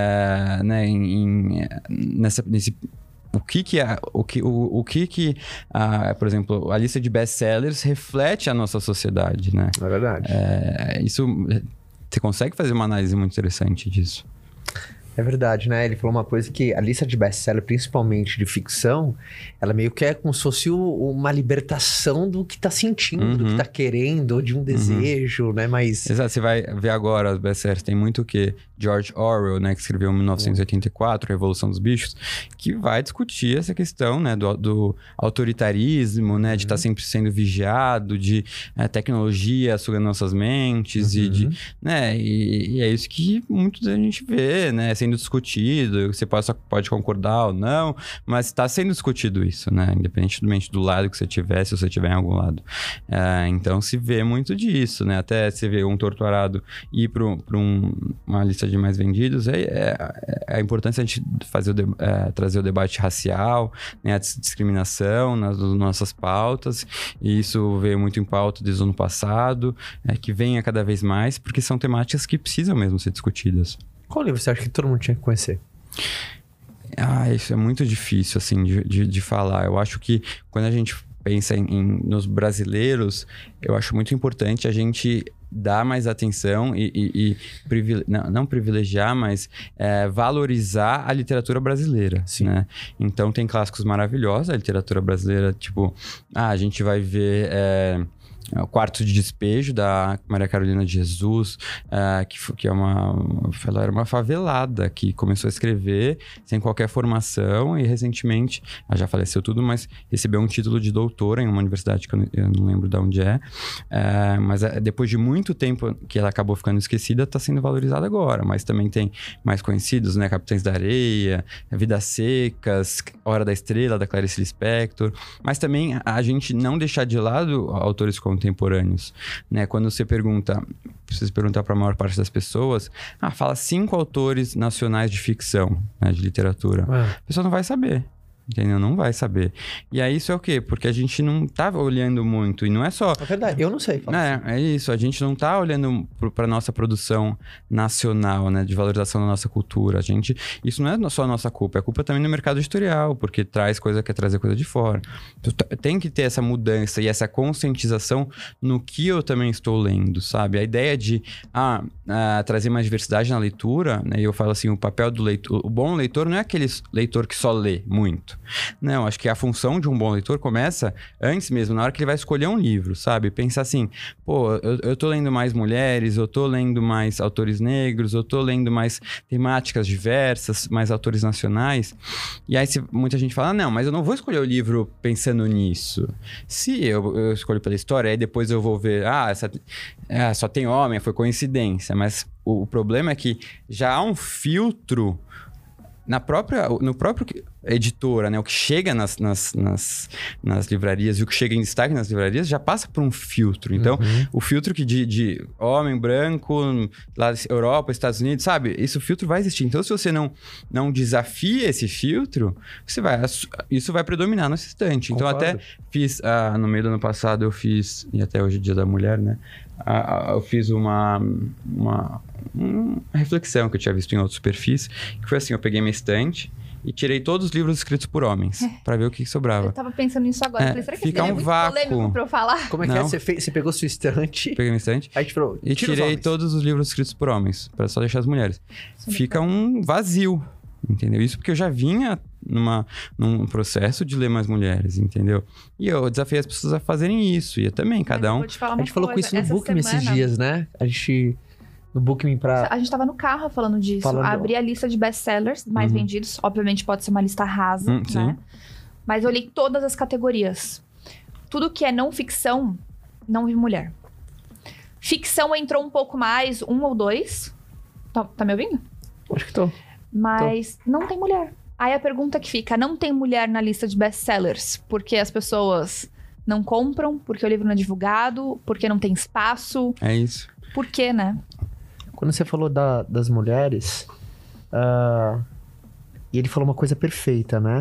é, né, em, em, nessa, nesse... O que que, é, o que, o, o que, que a, por exemplo, a lista de best-sellers reflete a nossa sociedade, né? É verdade. É, isso, você consegue fazer uma análise muito interessante disso. É verdade, né? Ele falou uma coisa que a lista de best-seller, principalmente de ficção, ela meio que é como se fosse o, uma libertação do que tá sentindo, uhum. do que tá querendo, de um desejo, uhum. né? Mas... Exato, você vai ver agora os best-sellers, tem muito o quê? George Orwell, né? Que escreveu em mil novecentos e oitenta e quatro, Revolução dos Bichos, que vai discutir essa questão, né? Do, do autoritarismo, né? Uhum. De estar tá sempre sendo vigiado, de é, tecnologia sugando nossas mentes uhum. e de... Né? E, e é isso que muitos a gente vê, né? Sendo discutido, você pode, pode concordar ou não, mas está sendo discutido isso, né? Independentemente do lado que você tiver, se você tiver em algum lado. É, então, se vê muito disso, né? Até você vê um torturado ir para um, uma lista de mais vendidos, é, é, é a importância de fazer o de, é, trazer o debate racial, né? A discriminação nas, nas nossas pautas, e isso veio muito em pauta desde o ano passado, é, que venha cada vez mais, porque são temáticas que precisam mesmo ser discutidas. Qual livro você acha que todo mundo tinha que conhecer? Ah, isso é muito difícil, assim, de, de, de falar. Eu acho que quando a gente pensa em, em, nos brasileiros, eu acho muito importante a gente dar mais atenção e, e, e privile... não, não privilegiar, mas é, valorizar a literatura brasileira, né? Então, tem clássicos maravilhosos, a literatura brasileira, tipo... Ah, a gente vai ver... É... O Quarto de Despejo, da Maria Carolina de Jesus, uh, que, que é uma... Ela era uma favelada que começou a escrever sem qualquer formação e recentemente, ela já faleceu tudo, mas recebeu um título de doutora em uma universidade que eu não, eu não lembro de onde é. Uh, mas uh, depois de muito tempo que ela acabou ficando esquecida, está sendo valorizada agora. Mas também tem mais conhecidos, né? Capitães da Areia, Vidas Secas, Hora da Estrela, da Clarice Lispector. Mas também a gente não deixar de lado autores como contemporâneos, né? Quando você pergunta, precisa perguntar para a maior parte das pessoas, ah, fala cinco autores nacionais de ficção, né, de literatura. É. A pessoa não vai saber. Entendeu? Não vai saber. E aí isso é o quê? Porque a gente não tá olhando muito. E não é só... É verdade, eu não sei. É, assim. é isso. A gente não tá olhando para nossa produção nacional, né? De valorização da nossa cultura. A gente... Isso não é só a nossa culpa. É culpa também do mercado editorial, porque traz coisa, quer trazer coisa de fora. Tem que ter essa mudança e essa conscientização no que eu também estou lendo, sabe? A ideia de ah, ah, trazer mais diversidade na leitura, né? E eu falo assim, o papel do leitor... O bom leitor não é aquele leitor que só lê muito. Não, acho que a função de um bom leitor começa antes mesmo, na hora que ele vai escolher um livro, sabe? Pensar assim, pô, eu, eu tô lendo mais mulheres, eu tô lendo mais autores negros, eu tô lendo mais temáticas diversas, mais autores nacionais. E aí se, muita gente fala, não, mas eu não vou escolher o livro pensando nisso. Se eu, eu escolho pela história, aí depois eu vou ver, ah, essa, é, só tem homem, foi coincidência. Mas o, o problema é que já há um filtro na própria, no próprio editora, né? O que chega nas, nas, nas, nas livrarias e o que chega em destaque nas livrarias já passa por um filtro. Então, uhum. o filtro que de, de homem branco, lá Europa, Estados Unidos, sabe? Esse filtro vai existir. Então, se você não, não desafia esse filtro, você vai, isso vai predominar no instante. Então, Concordo. até fiz, ah, no meio do ano passado, eu fiz, e até hoje é Dia da Mulher, né? Ah, eu fiz uma, uma, uma reflexão que eu tinha visto em outros perfis, que foi assim, eu peguei minha estante e tirei todos os livros escritos por homens, é. pra ver o que, que sobrava. Eu tava pensando nisso agora. É, Falei, será que fica esse um é muito vácuo. polêmico pra eu falar? Como é que Não. é? Você, fez, você pegou sua estante... Peguei minha estante aí te falou, e tirei todos os livros escritos por homens, pra só deixar as mulheres. Sim, fica um vazio, entendeu? Isso porque eu já vinha numa, num processo de ler mais mulheres, entendeu? E eu desafiei as pessoas a fazerem isso. E eu também, cada um... A gente falou com isso no Bookme esses dias, né? A gente... No Bookme pra... A gente tava no carro falando disso. Falando... Abri a lista de best-sellers mais uhum. vendidos. Obviamente pode ser uma lista rasa, hum, né? Mas eu olhei todas as categorias. Tudo que é não ficção, não vi mulher. Ficção entrou um pouco mais, um ou dois. Tá, tá me ouvindo? Acho que tô. Mas tô. Não tem mulher. Aí a pergunta que fica, não tem mulher na lista de best-sellers porque as pessoas não compram, porque o livro não é divulgado, porque não tem espaço. É isso. Por quê, né? Quando você falou da, das mulheres, uh, e ele falou uma coisa perfeita, né?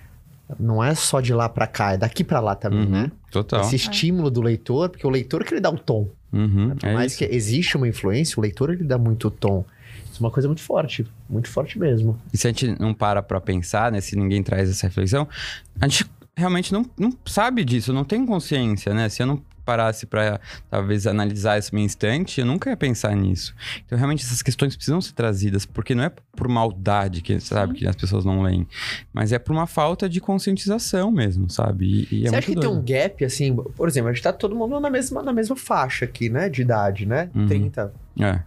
Não é só de lá pra cá, é daqui pra lá também, uhum, né? Total. Esse estímulo do leitor, porque o leitor que ele dá o tom. Uhum, né? Por é mais isso. que existe uma influência, o leitor ele dá muito tom. Isso é uma coisa muito forte, muito forte mesmo. E se a gente não para pra pensar, né? Se ninguém traz essa reflexão, a gente realmente não, não sabe disso, não tem consciência, né? Se eu não parasse para talvez analisar esse meu instante, eu nunca ia pensar nisso. Então, realmente, essas questões precisam ser trazidas, porque não é por maldade que, sabe, que as pessoas não leem, mas é por uma falta de conscientização mesmo, sabe? E, e é Você acha que doido. tem um gap, assim, por exemplo, a gente tá todo mundo na mesma, na mesma faixa aqui, né, de idade, né? Uhum. trinta. É.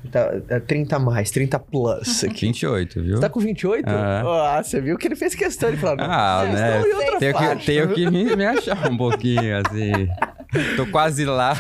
Tá, trinta mais, trinta plus aqui. vinte e oito, viu? Você tá com vinte e oito? É. Ah, você viu que ele fez questão, ele falou, não, Ah, vocês né? estão em outra Tenho faixa. que, tenho que me, me achar um pouquinho, assim. Tô quase lá.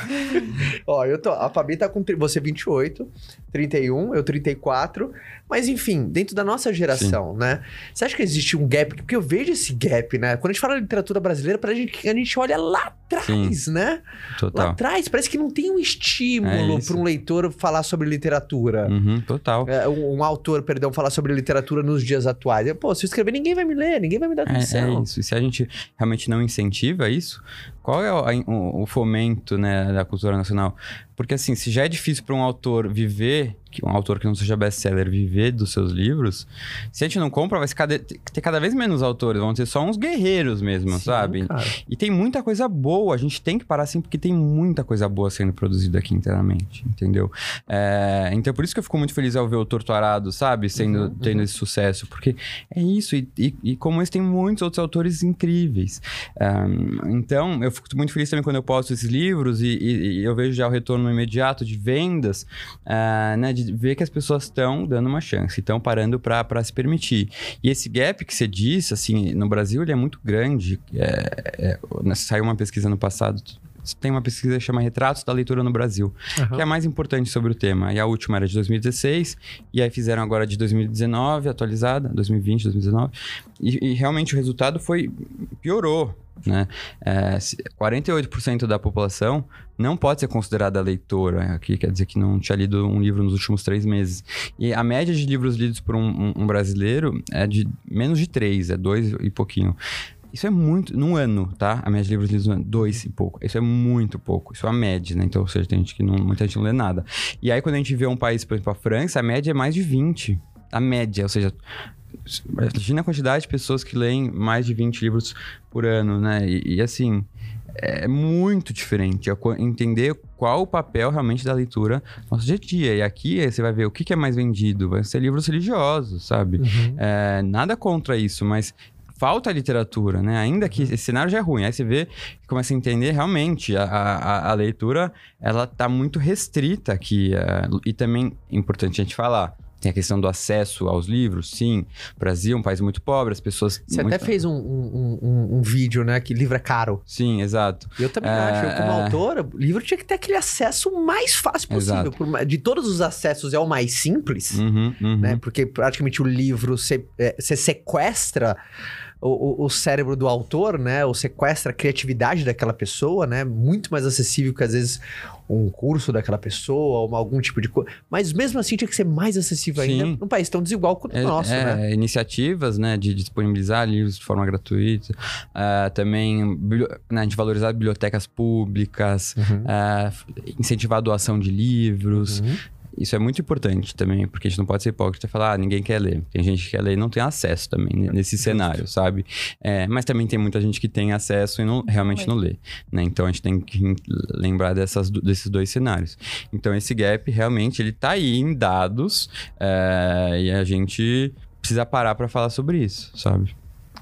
Ó, eu tô, a Fabi tá com, você vinte e oito, trinta e um, eu trinta e quatro, mas enfim, dentro da nossa geração, Sim. né? Você acha que existe um gap? Porque eu vejo esse gap, né? Quando a gente fala de literatura brasileira, pra gente, a gente olha lá atrás, Sim. né? Total. Lá atrás, parece que não tem um estímulo É para um leitor falar sobre literatura. Uhum, total. É, um, um autor, perdão, falar sobre literatura nos dias atuais. Pô, se eu escrever, ninguém vai me ler, ninguém vai me dar atenção. É, é isso. E se a gente realmente não incentiva isso, qual é o, o, o fomento, né, da cultura nacional? Porque, assim, se já é difícil para um autor viver, um autor que não seja best-seller, viver dos seus livros, se a gente não compra, vai cada, ter cada vez menos autores, vão ter só uns guerreiros mesmo, Sim, sabe? Cara. E tem muita coisa boa, a gente tem que parar assim, porque tem muita coisa boa sendo produzida aqui internamente, entendeu? É, então, por isso que eu fico muito feliz ao ver o Torto Arado, sabe? Sendo, uhum, tendo uhum. esse sucesso, porque é isso, e, e, e como esse, tem muitos outros autores incríveis. Um, então, eu fico muito feliz também quando eu posto esses livros e, e, e eu vejo já o retorno imediato de vendas, uh, né, de ver que as pessoas estão dando uma chance, estão parando para se permitir. E esse gap que você disse, assim, no Brasil ele é muito grande. É, é, saiu uma pesquisa no passado, tem uma pesquisa que chama Retratos da Leitura no Brasil, uhum. que é a mais importante sobre o tema. E a última era de dois mil e dezesseis, e aí fizeram agora de dois mil e dezenove, atualizada, dois mil e vinte, dois mil e dezenove, e, e realmente o resultado foi, piorou, né? É, quarenta e oito por cento da população não pode ser considerada leitora, aqui quer dizer que não tinha lido um livro nos últimos três meses. E a média de livros lidos por um, um, um brasileiro é de menos de três, é dois e pouquinho. Isso é muito... Num ano, tá? A média de livros lidos no ano, dois e pouco. Isso é muito pouco. Isso é a média, né? Então, ou seja, tem gente que não... Muita gente não lê nada. E aí, quando a gente vê um país, por exemplo, a França, a média é mais de vinte. A média, ou seja... Imagina a quantidade de pessoas que leem mais de vinte livros por ano, né? E, e assim... É muito diferente. É entender qual o papel realmente da leitura no nosso dia a dia. E aqui você vai ver o que, que é mais vendido. Vai ser livros religiosos, sabe? Uhum. É, nada contra isso, mas... falta literatura, né? Ainda que esse cenário já é ruim. Aí você vê, começa a entender realmente a, a, a leitura, ela tá muito restrita aqui. Uh, e também, importante a gente falar, tem a questão do acesso aos livros, sim. O Brasil é um país muito pobre, as pessoas... Você muito... até fez um, um, um, um vídeo, né? Que livro é caro. Sim, exato. Eu também é, acho. Eu, como é... autora, o livro tinha que ter aquele acesso o mais fácil possível. Por, de todos os acessos, é o mais simples, uhum, uhum. né? Porque praticamente o livro, você, é, você sequestra... O, o, o cérebro do autor, né? Ou sequestra a criatividade daquela pessoa, né? Muito mais acessível que, às vezes, um curso daquela pessoa, ou algum tipo de coisa. Mas, mesmo assim, tinha que ser mais acessível Sim. ainda num país tão desigual quanto é, o nosso, é, né? Iniciativas, né? De disponibilizar livros de forma gratuita. Uh, também, né, de valorizar bibliotecas públicas. Uhum. Uh, incentivar a doação de livros. Uhum. isso é muito importante também, porque a gente não pode ser hipócrita e falar, ah, ninguém quer ler. Tem gente que quer ler e não tem acesso também nesse Justo. cenário, sabe? É, mas também tem muita gente que tem acesso e não, realmente não lê, né? Então, a gente tem que lembrar dessas, desses dois cenários. Então, esse gap, realmente, ele tá aí em dados é, e a gente precisa parar para falar sobre isso, sabe?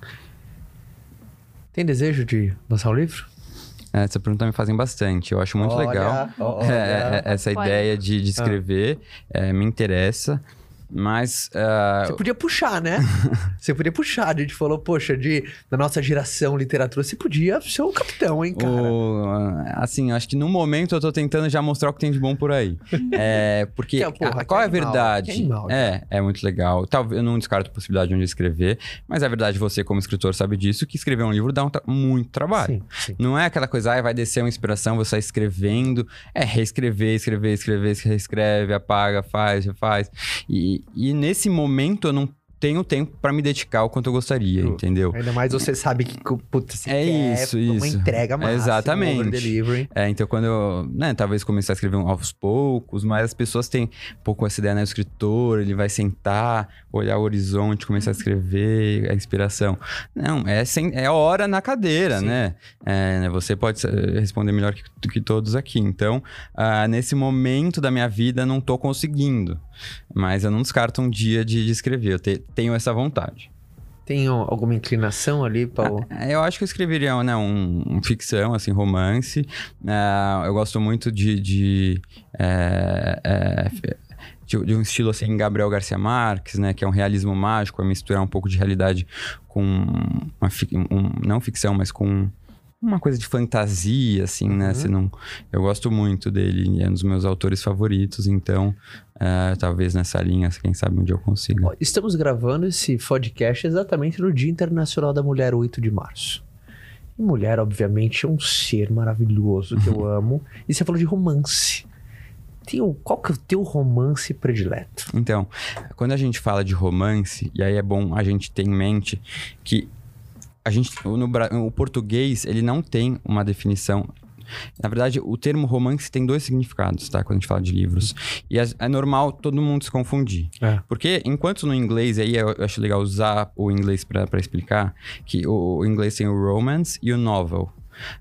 Tem desejo de lançar um livro? Essa pergunta me fazem bastante. Eu acho muito olha, legal olha. É, essa olha. ideia de, de escrever. Ah. É, me interessa. Mas... Uh... Você podia puxar, né? Você podia puxar. A gente falou, poxa, de, da nossa geração literatura, você podia ser o capitão, hein, cara? O... Assim, acho que no momento eu tô tentando já mostrar o que tem de bom por aí. É, porque é, porra, a, qual é a animal, verdade? É, animal, é, é muito legal. Talvez eu não descarto a possibilidade de um dia escrever, mas a verdade, você como escritor sabe disso, que escrever um livro dá um tra muito trabalho. Sim, sim. Não é aquela coisa, ah, vai descer uma inspiração, você está escrevendo. É reescrever, escrever, escrever, reescreve, apaga, faz, refaz. E E, nesse momento eu não tenho tempo para me dedicar ao quanto eu gostaria, uh, entendeu? Ainda mais você sabe que putz, você é quer isso, uma isso. entrega máxima, exatamente. um over delivery. É, então quando eu, né, talvez começar a escrever aos poucos, mas as pessoas têm um pouco essa ideia, né, do escritor, ele vai sentar, olhar o horizonte, começar a escrever, a inspiração. Não, é, sem, é hora na cadeira, Sim. né? É, você pode responder melhor que, que todos aqui. Então, uh, nesse momento da minha vida, não tô conseguindo. Mas eu não descarto um dia de, de escrever. Eu te, tenho essa vontade. Tem alguma inclinação ali para o... Eu acho que eu escreveria, né, um, um ficção, assim, romance. Uh, eu gosto muito de... de, é, é, de, de um estilo, assim, Gabriel Garcia Marques, né? Que é um realismo mágico, é misturar um pouco de realidade com... Uma, um, não ficção, mas com... uma coisa de fantasia, assim, né? Uhum. Você não... Eu gosto muito dele, é um dos meus autores favoritos, então, uh, talvez nessa linha, quem sabe um dia eu consiga. Estamos gravando esse podcast exatamente no Dia Internacional da Mulher, oito de março. E mulher, obviamente, é um ser maravilhoso que eu amo. E você falou de romance. Tem o... Qual que é o teu romance predileto? Então, quando a gente fala de romance, e aí é bom a gente ter em mente que a gente, no, o português, ele não tem uma definição. Na verdade, o termo romance tem dois significados, tá? Quando a gente fala de livros. E é, é normal todo mundo se confundir. É. Porque, enquanto no inglês, aí eu acho legal usar o inglês para explicar, que o, o inglês tem o romance e o novel.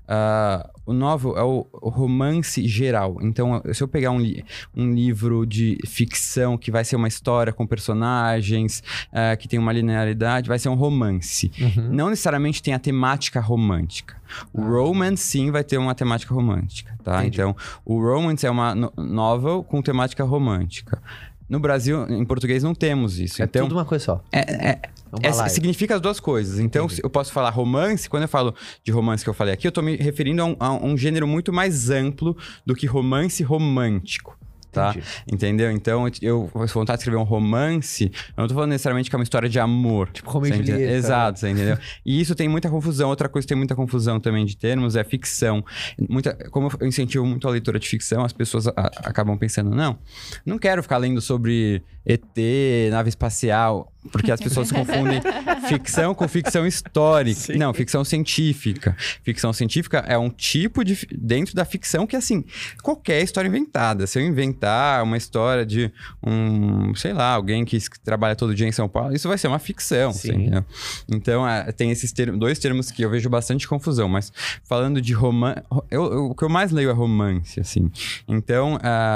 Uh, o novel é o, o romance geral. Então, se eu pegar um, li um livro de ficção que vai ser uma história com personagens, uh, que tem uma linearidade, vai ser um romance. Uhum. Não necessariamente tem a temática romântica. O ah. romance, sim, vai ter uma temática romântica, tá? Entendi. Então, o romance é uma no novel com temática romântica. No Brasil, em português, não temos isso. É então, tudo uma coisa só. É, é, é, significa as duas coisas. Então, Entendi. eu posso falar romance. Quando eu falo de romance que eu falei aqui, eu tô me referindo a um, a um gênero muito mais amplo do que romance romântico. Tá? Entendeu? Então, eu vou vontade de escrever um romance, eu não tô falando necessariamente que é uma história de amor. Tipo Romeo e Julieta. Exato, você entendeu? E isso tem muita confusão. Outra coisa que tem muita confusão também de termos é ficção. Muita, como eu incentivo muito a leitura de ficção, as pessoas a, acabam pensando, não, não quero ficar lendo sobre E T, nave espacial, porque as pessoas confundem ficção com ficção histórica. Sim. Não, ficção científica. Ficção científica é um tipo de... dentro da ficção que, assim, qualquer história inventada. Se eu inventar uma história de um, sei lá, alguém que trabalha todo dia em São Paulo, isso vai ser uma ficção. Assim, né? Então, é, tem esses termos, dois termos que eu vejo bastante confusão. Mas falando de romance... Eu, eu, o que eu mais leio é romance, assim. Então,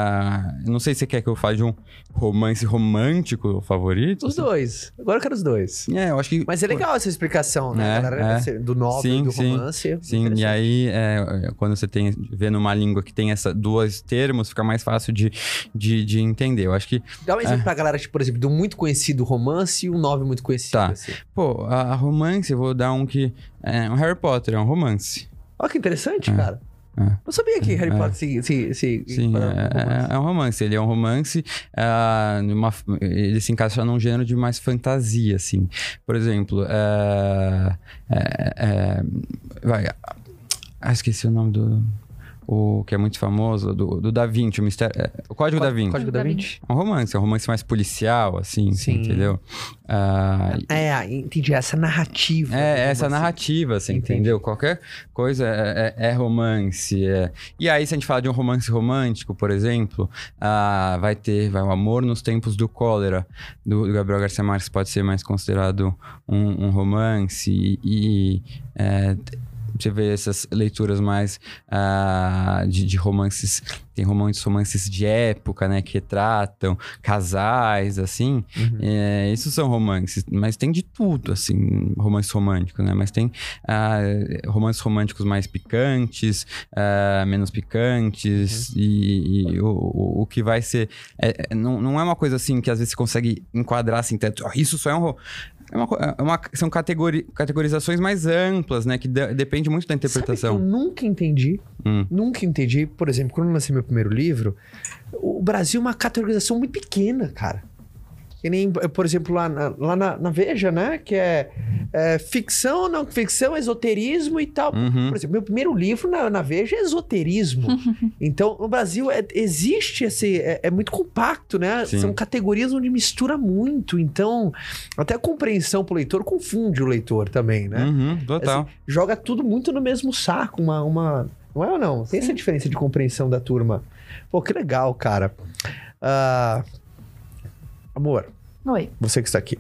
uh, não sei se você quer que eu fale de um romance romântico favorito. Os dois. Agora eu quero os dois. É, eu acho que... Mas é legal essa explicação, né? É, galera, é. Do novel sim, e do sim, romance. Sim, e aí, é, quando você tem, vê numa língua que tem esses dois termos, fica mais fácil de, de, de entender. Eu acho que... Dá um exemplo é. pra galera, tipo, por exemplo, do muito conhecido romance e um novel muito conhecido. Tá. Assim. Pô, a, a romance, eu vou dar um que... É, um Harry Potter é um romance. Olha que interessante, é. cara. É. Não sabia que Harry é. Potter se... se, se Sim, é, é um romance. Ele é um romance... Uh, numa, ele se encaixa num gênero de mais fantasia, assim. Por exemplo... Uh, é, é, vai... Ah, esqueci o nome do... o que é muito famoso, do, do Da Vinci, o, mistério, é, o Código Co- Da Vinci. Código da Vinci. É um romance, é um romance mais policial, assim, Sim. entendeu? Ah, É, entendi. Essa narrativa. É, do essa romance. narrativa, assim, Entendi. entendeu? Qualquer coisa é, é- é romance. É. E aí, se a gente falar de um romance romântico, por exemplo, ah, vai ter vai, o Amor nos Tempos do Cólera, do, do Gabriel Garcia Marques, pode ser mais considerado um, um romance. E, e, é, você vê essas leituras mais ah, de, de romances, tem romances, romances de época, né, que retratam casais, assim. Uhum. É, esses são romances, mas tem de tudo, assim, romance romântico, né? Mas tem ah, romances românticos mais picantes, ah, menos picantes, Uhum. e, e o, o, o que vai ser... é- é- não, não é uma coisa assim que às vezes você consegue enquadrar assim, teto, "Ah, isso só é um... ro-" É uma, co- é uma- são categori, categorizações mais amplas, né? Que de- depende muito da Sabe que interpretação. eu nunca entendi? Hum. Nunca entendi. Por exemplo, quando eu lancei meu primeiro livro, o Brasil é uma categorização muito pequena, cara. Que nem, por exemplo, lá na, lá na, na Veja, né? Que é, é ficção, não ficção, esoterismo e tal. Uhum. Por exemplo, meu primeiro livro na, na Veja é esoterismo. Então, no Brasil, é- existe esse... É, é muito compacto, né? Sim. São categorias onde mistura muito. Então, até a compreensão pro leitor confunde o leitor também, né? Uhum, total. Assim, joga tudo muito no mesmo saco, uma... uma... Não é ou não? Tem essa diferença de compreensão da turma. Pô, que legal, cara. Ah, amor, Oi. você que está aqui.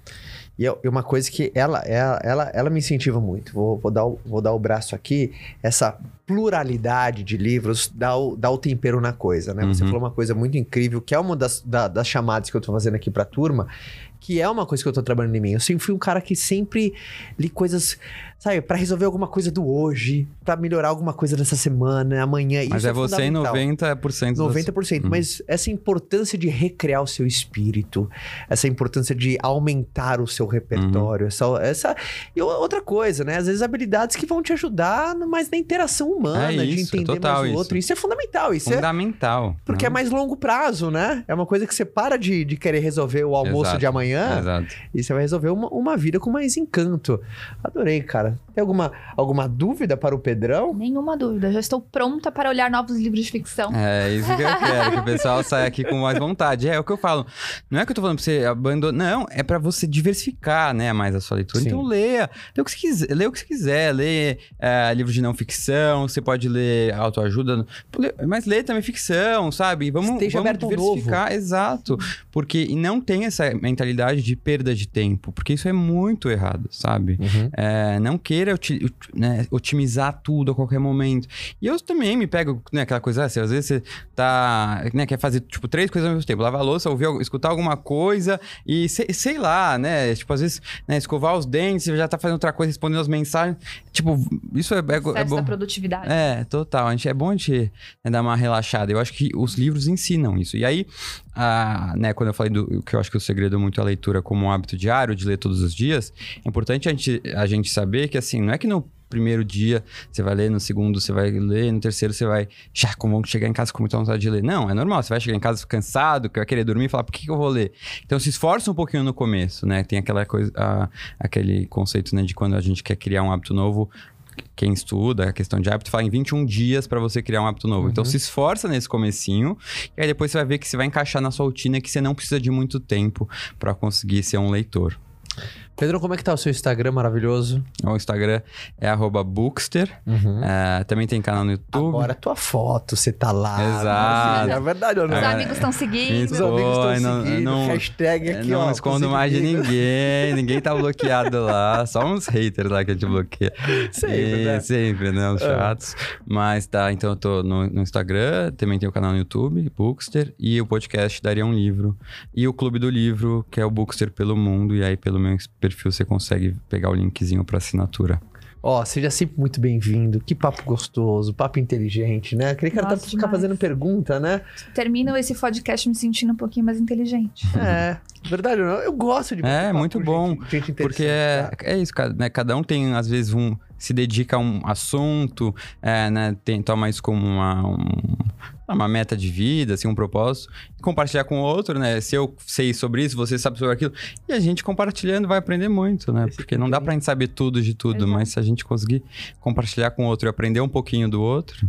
E é é uma coisa que ela, ela, ela, ela me incentiva muito. Vou, vou, dar o, vou dar o braço aqui. Essa pluralidade de livros dá o, dá o tempero na coisa, né? Você Uhum. falou uma coisa muito incrível, que é uma das, da- das chamadas que eu tô fazendo aqui pra turma, que é uma coisa que eu tô trabalhando em mim. Eu sempre fui um cara que sempre li coisas, sabe, pra resolver alguma coisa do hoje, pra melhorar alguma coisa dessa semana, amanhã. Mas Isso é, é você em fundamental. noventa por cento. das- noventa por cento. Uhum. Mas essa importância de recriar o seu espírito, essa importância de aumentar o seu repertório, essa, essa... E o- outra coisa, né? Às vezes habilidades que vão te ajudar mais na interação humana, É de isso, é entender total mais o isso. outro. Isso é fundamental. Isso é Fundamental. porque né? é mais longo prazo, né? É uma coisa que você para de, de querer resolver o almoço Exato, de amanhã Exato. e você vai resolver uma, uma vida com mais encanto. Adorei, cara. Tem alguma, alguma dúvida para o Pedrão? Nenhuma dúvida. Já estou pronta para olhar novos livros de ficção. É isso que eu quero, que o pessoal saia aqui com mais vontade. É, é o que eu falo. Não é que eu tô falando pra você abandonar. Não, é pra você diversificar, né, mais a sua leitura. Sim. Então leia. Lê o que você quiser. Lê o que você quiser. Lê é, livros de não ficção. Você pode ler autoajuda. lê- Mas lê também ficção, sabe? Vamos, Esteja vamos aberto ao diversificar. Exato. Porque e não tem essa mentalidade de perda de tempo. Porque isso é muito errado, sabe? Uhum. É, não queira oti- ut- né, otimizar tudo a qualquer momento. E eu também me pego, né, aquela coisa assim, às vezes você tá, né, quer fazer, tipo, três coisas ao mesmo tempo. Lavar a louça, ouvir, algu- escutar alguma coisa e sei, sei lá, né, tipo, às vezes, né, escovar os dentes, você já tá fazendo outra coisa, respondendo as mensagens. Tipo, isso é, é, é Excesso bom. da produtividade. É, total. A gente, é bom a gente né, dar uma relaxada. Eu acho que os livros ensinam isso. E aí, a, né, quando eu falei do que eu acho que o segredo é muito a leitura como um hábito diário, de ler todos os dias, é importante a gente, a gente saber que, assim, não é que no primeiro dia você vai ler, no segundo você vai ler, no terceiro você vai já como chegar em casa com muita vontade de ler. Não, é normal. Você vai chegar em casa cansado, que vai querer dormir e falar, por que, que eu vou ler? Então se esforça um pouquinho no começo, né? Tem aquela coisa, a, aquele conceito, né, de quando a gente quer criar um hábito novo. Quem estuda a questão de hábito fala em vinte e um dias pra você criar um hábito novo. Uhum. Então se esforça nesse comecinho e aí depois você vai ver que você vai encaixar na sua rotina, que você não precisa de muito tempo pra conseguir ser um leitor. Pedrão, como é que tá o seu Instagram maravilhoso? O Instagram é arroba bookster. Uhum. É, também tem canal no YouTube. Agora a tua foto, você tá lá. Exato. É verdade ou não? Os É, amigos estão seguindo. Os amigos estão Foi, não- seguindo. não- Hashtag aqui, não ó. escondo você mais de comigo. ninguém. Ninguém tá bloqueado lá. Só uns haters lá que a gente bloqueia. Sempre, E- né? Sempre, né? Os É. chatos. Mas tá, então eu tô no, no Instagram. Também tem o canal no YouTube, Bookster. E o podcast Daria um Livro. E o Clube do Livro, que é o Bookster pelo Mundo. E aí pelo meu perfil você consegue pegar o linkzinho pra assinatura. Ó, seja sempre muito bem-vindo. Que papo gostoso, papo inteligente, né? Aquele cara tá Nossa, ficar demais. fazendo pergunta, né? Termino esse podcast me sentindo um pouquinho mais inteligente. É, verdade ou não? Eu gosto de É, bater papo muito com bom, gente, gente interessante, Porque é, cara. é isso, cara, né? Cada um tem, às vezes, um... Se dedica a um assunto, é, né? Tem, toma isso como uma... um- uma meta de vida, assim, um propósito, e compartilhar com o outro, né? Se eu sei sobre isso, você sabe sobre aquilo, e a gente compartilhando vai aprender muito, né? Esse Porque não dá pra gente saber tudo de tudo, Exato. mas se a gente conseguir compartilhar com o outro e aprender um pouquinho do outro,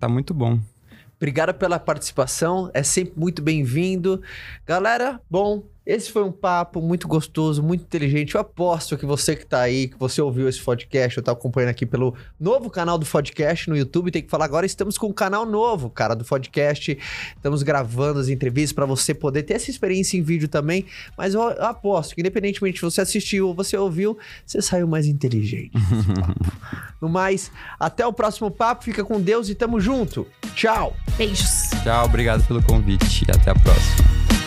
tá muito bom. Obrigado pela participação, é sempre muito bem-vindo. Galera, bom, esse foi um papo muito gostoso, muito inteligente. Eu aposto que você que tá aí, que você ouviu esse podcast, eu tô acompanhando aqui pelo novo canal do podcast no YouTube, tem que falar agora, estamos com um canal novo, cara, do podcast. Estamos gravando as entrevistas para você poder ter essa experiência em vídeo também, mas eu, eu aposto que independentemente se você assistiu ou você ouviu, você saiu mais inteligente desse papo. No mais, até o próximo papo, fica com Deus e tamo junto. Tchau! Beijos! Tchau, obrigado pelo convite e até a próxima.